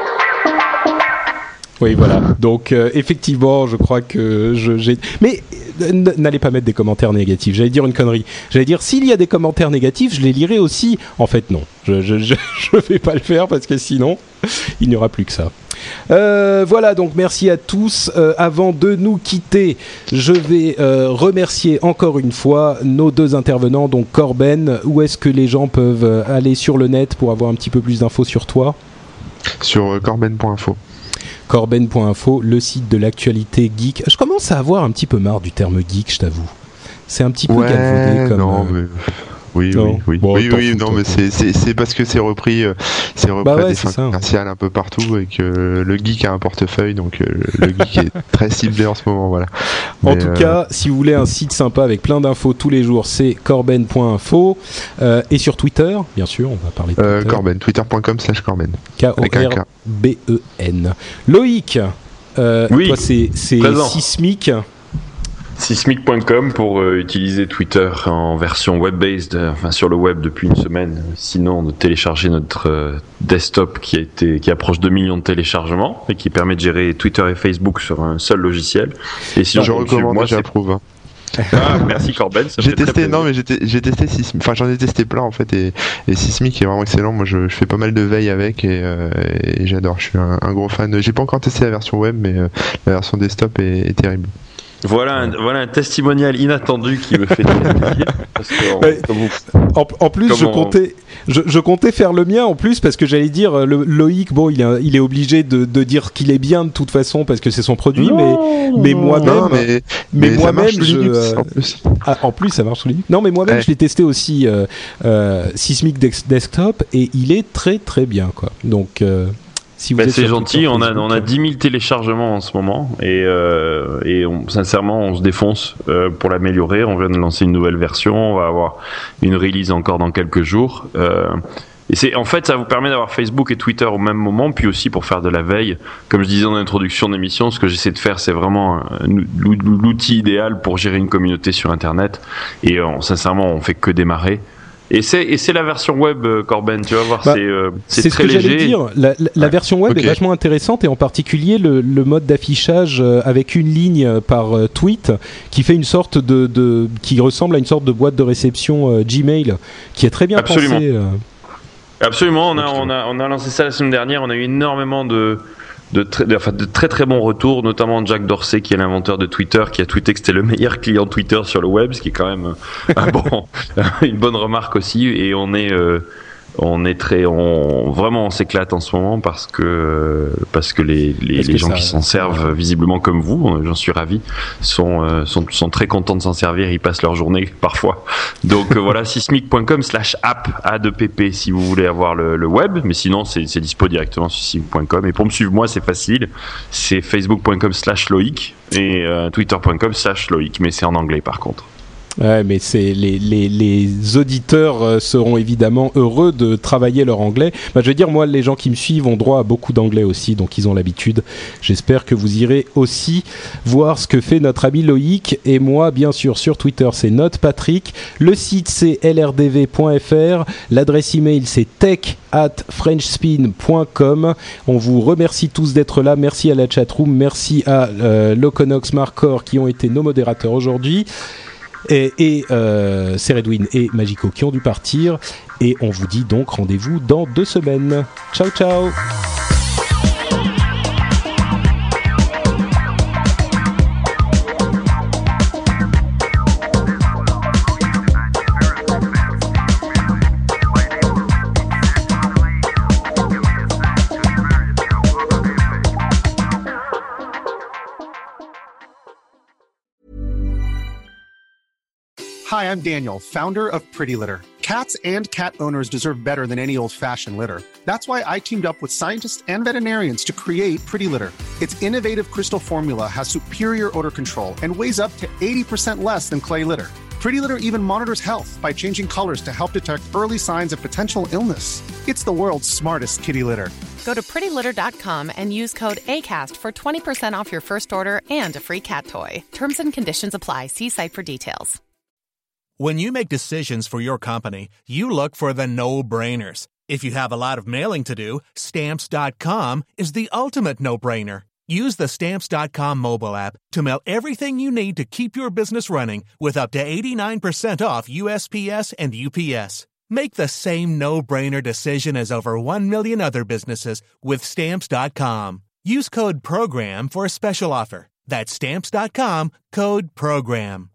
Oui, voilà. Donc, effectivement, je crois que j'ai... Mais n'allez pas mettre des commentaires négatifs. J'allais dire une connerie. J'allais dire s'il y a des commentaires négatifs, je les lirai aussi. En fait, non. Je vais pas le faire parce que sinon, il n'y aura plus que ça. Voilà, donc merci à tous. Avant de nous quitter, je vais remercier encore une fois nos deux intervenants, donc Corben. Où est-ce que les gens peuvent aller sur le net pour avoir un petit peu plus d'infos sur toi ? Sur corben.info. Corben.info, le site de l'actualité geek. Je commence à avoir un petit peu marre du terme geek, je t'avoue. C'est un petit peu galvaudé comme... Non, mais... Oui, bon, mais c'est parce que c'est repris à des fins commerciales un peu partout et que le geek a un portefeuille, donc le geek est très ciblé en ce moment, voilà. En tout cas, si vous voulez un site sympa avec plein d'infos tous les jours, c'est corben.info et sur Twitter, bien sûr, on va parler de Twitter. Corben, twitter.com/corben. Korben. Loïc, toi c'est Sismic. Sismic.com pour utiliser Twitter en version web-based, sur le web depuis une semaine. Sinon, de télécharger notre desktop qui approche 2 millions de téléchargements et qui permet de gérer Twitter et Facebook sur un seul logiciel. Et sinon, je recommande, j'approuve. Ah, merci Corben. J'ai testé, j'ai testé Sismic. Enfin, j'en ai testé plein en fait, et Sismic est vraiment excellent. Moi, je fais pas mal de veille avec et j'adore. Je suis un gros fan. J'ai pas encore testé la version web, mais la version desktop est terrible. Voilà un testimonial inattendu qui me fait très plaisir. Parce que en plus, je comptais faire le mien en plus parce que j'allais dire Loïc, bon, il est obligé de dire qu'il est bien de toute façon parce que c'est son produit, mais moi-même, en plus ça marche sous Linux. Non, mais moi-même, je l'ai testé aussi Sismic Desktop et il est très très bien, quoi. Donc si c'est gentil, on a 10 000 téléchargements en ce moment et sincèrement on se défonce pour l'améliorer. On vient de lancer une nouvelle version, on va avoir une release encore dans quelques jours. Et en fait, ça vous permet d'avoir Facebook et Twitter au même moment, puis aussi pour faire de la veille. Comme je disais en introduction d'émission, ce que j'essaie de faire, c'est vraiment l'outil idéal pour gérer une communauté sur Internet. Et sincèrement, on fait que démarrer. Et c'est la version web, Corben, tu vas voir, c'est très léger. C'est ce que j'allais dire, la version web est vachement intéressante et en particulier le mode d'affichage avec une ligne par tweet qui fait une sorte qui ressemble à une sorte de boîte de réception Gmail qui est très bien pensée. Absolument, on a lancé ça la semaine dernière, on a eu énormément de très très bons retours, notamment Jack Dorsey qui est l'inventeur de Twitter, qui a tweeté que c'était le meilleur client Twitter sur le web, ce qui est quand même une bonne remarque aussi. Et vraiment on s'éclate en ce moment parce que les gens qui s'en servent visiblement comme vous, j'en suis ravi, sont très contents de s'en servir, ils passent leur journée parfois. Donc voilà, sismic.com/app si vous voulez avoir le web, mais sinon c'est dispo directement sur sismic.com. Et pour me suivre moi, c'est facile, c'est facebook.com/Loïc et twitter.com/Loïc, mais c'est en anglais par contre. Ouais, mais c'est les auditeurs seront évidemment heureux de travailler leur anglais. Je veux dire, moi, les gens qui me suivent ont droit à beaucoup d'anglais aussi, donc ils ont l'habitude. J'espère que vous irez aussi voir ce que fait notre ami Loïc. Et moi, bien sûr, sur Twitter, c'est NotePatrick. Le site, c'est lrdv.fr. L'adresse email, c'est tech@frenchspin.com. On vous remercie tous d'être là. Merci à la chatroom. Merci à Loconox, Marcor qui ont été nos modérateurs aujourd'hui. Et Ceredwin et Magico qui ont dû partir. Et on vous dit donc rendez-vous dans 2 semaines. Ciao, ciao. Hi, I'm Daniel, founder of Pretty Litter. Cats and cat owners deserve better than any old-fashioned litter. That's why I teamed up with scientists and veterinarians to create Pretty Litter. Its innovative crystal formula has superior odor control and weighs up to 80% less than clay litter. Pretty Litter even monitors health by changing colors to help detect early signs of potential illness. It's the world's smartest kitty litter. Go to prettylitter.com and use code ACAST for 20% off your first order and a free cat toy. Terms and conditions apply. See site for details. When you make decisions for your company, you look for the no-brainers. If you have a lot of mailing to do, Stamps.com is the ultimate no-brainer. Use the Stamps.com mobile app to mail everything you need to keep your business running with up to 89% off USPS and UPS. Make the same no-brainer decision as over 1 million other businesses with Stamps.com. Use code PROGRAM for a special offer. That's Stamps.com, code PROGRAM.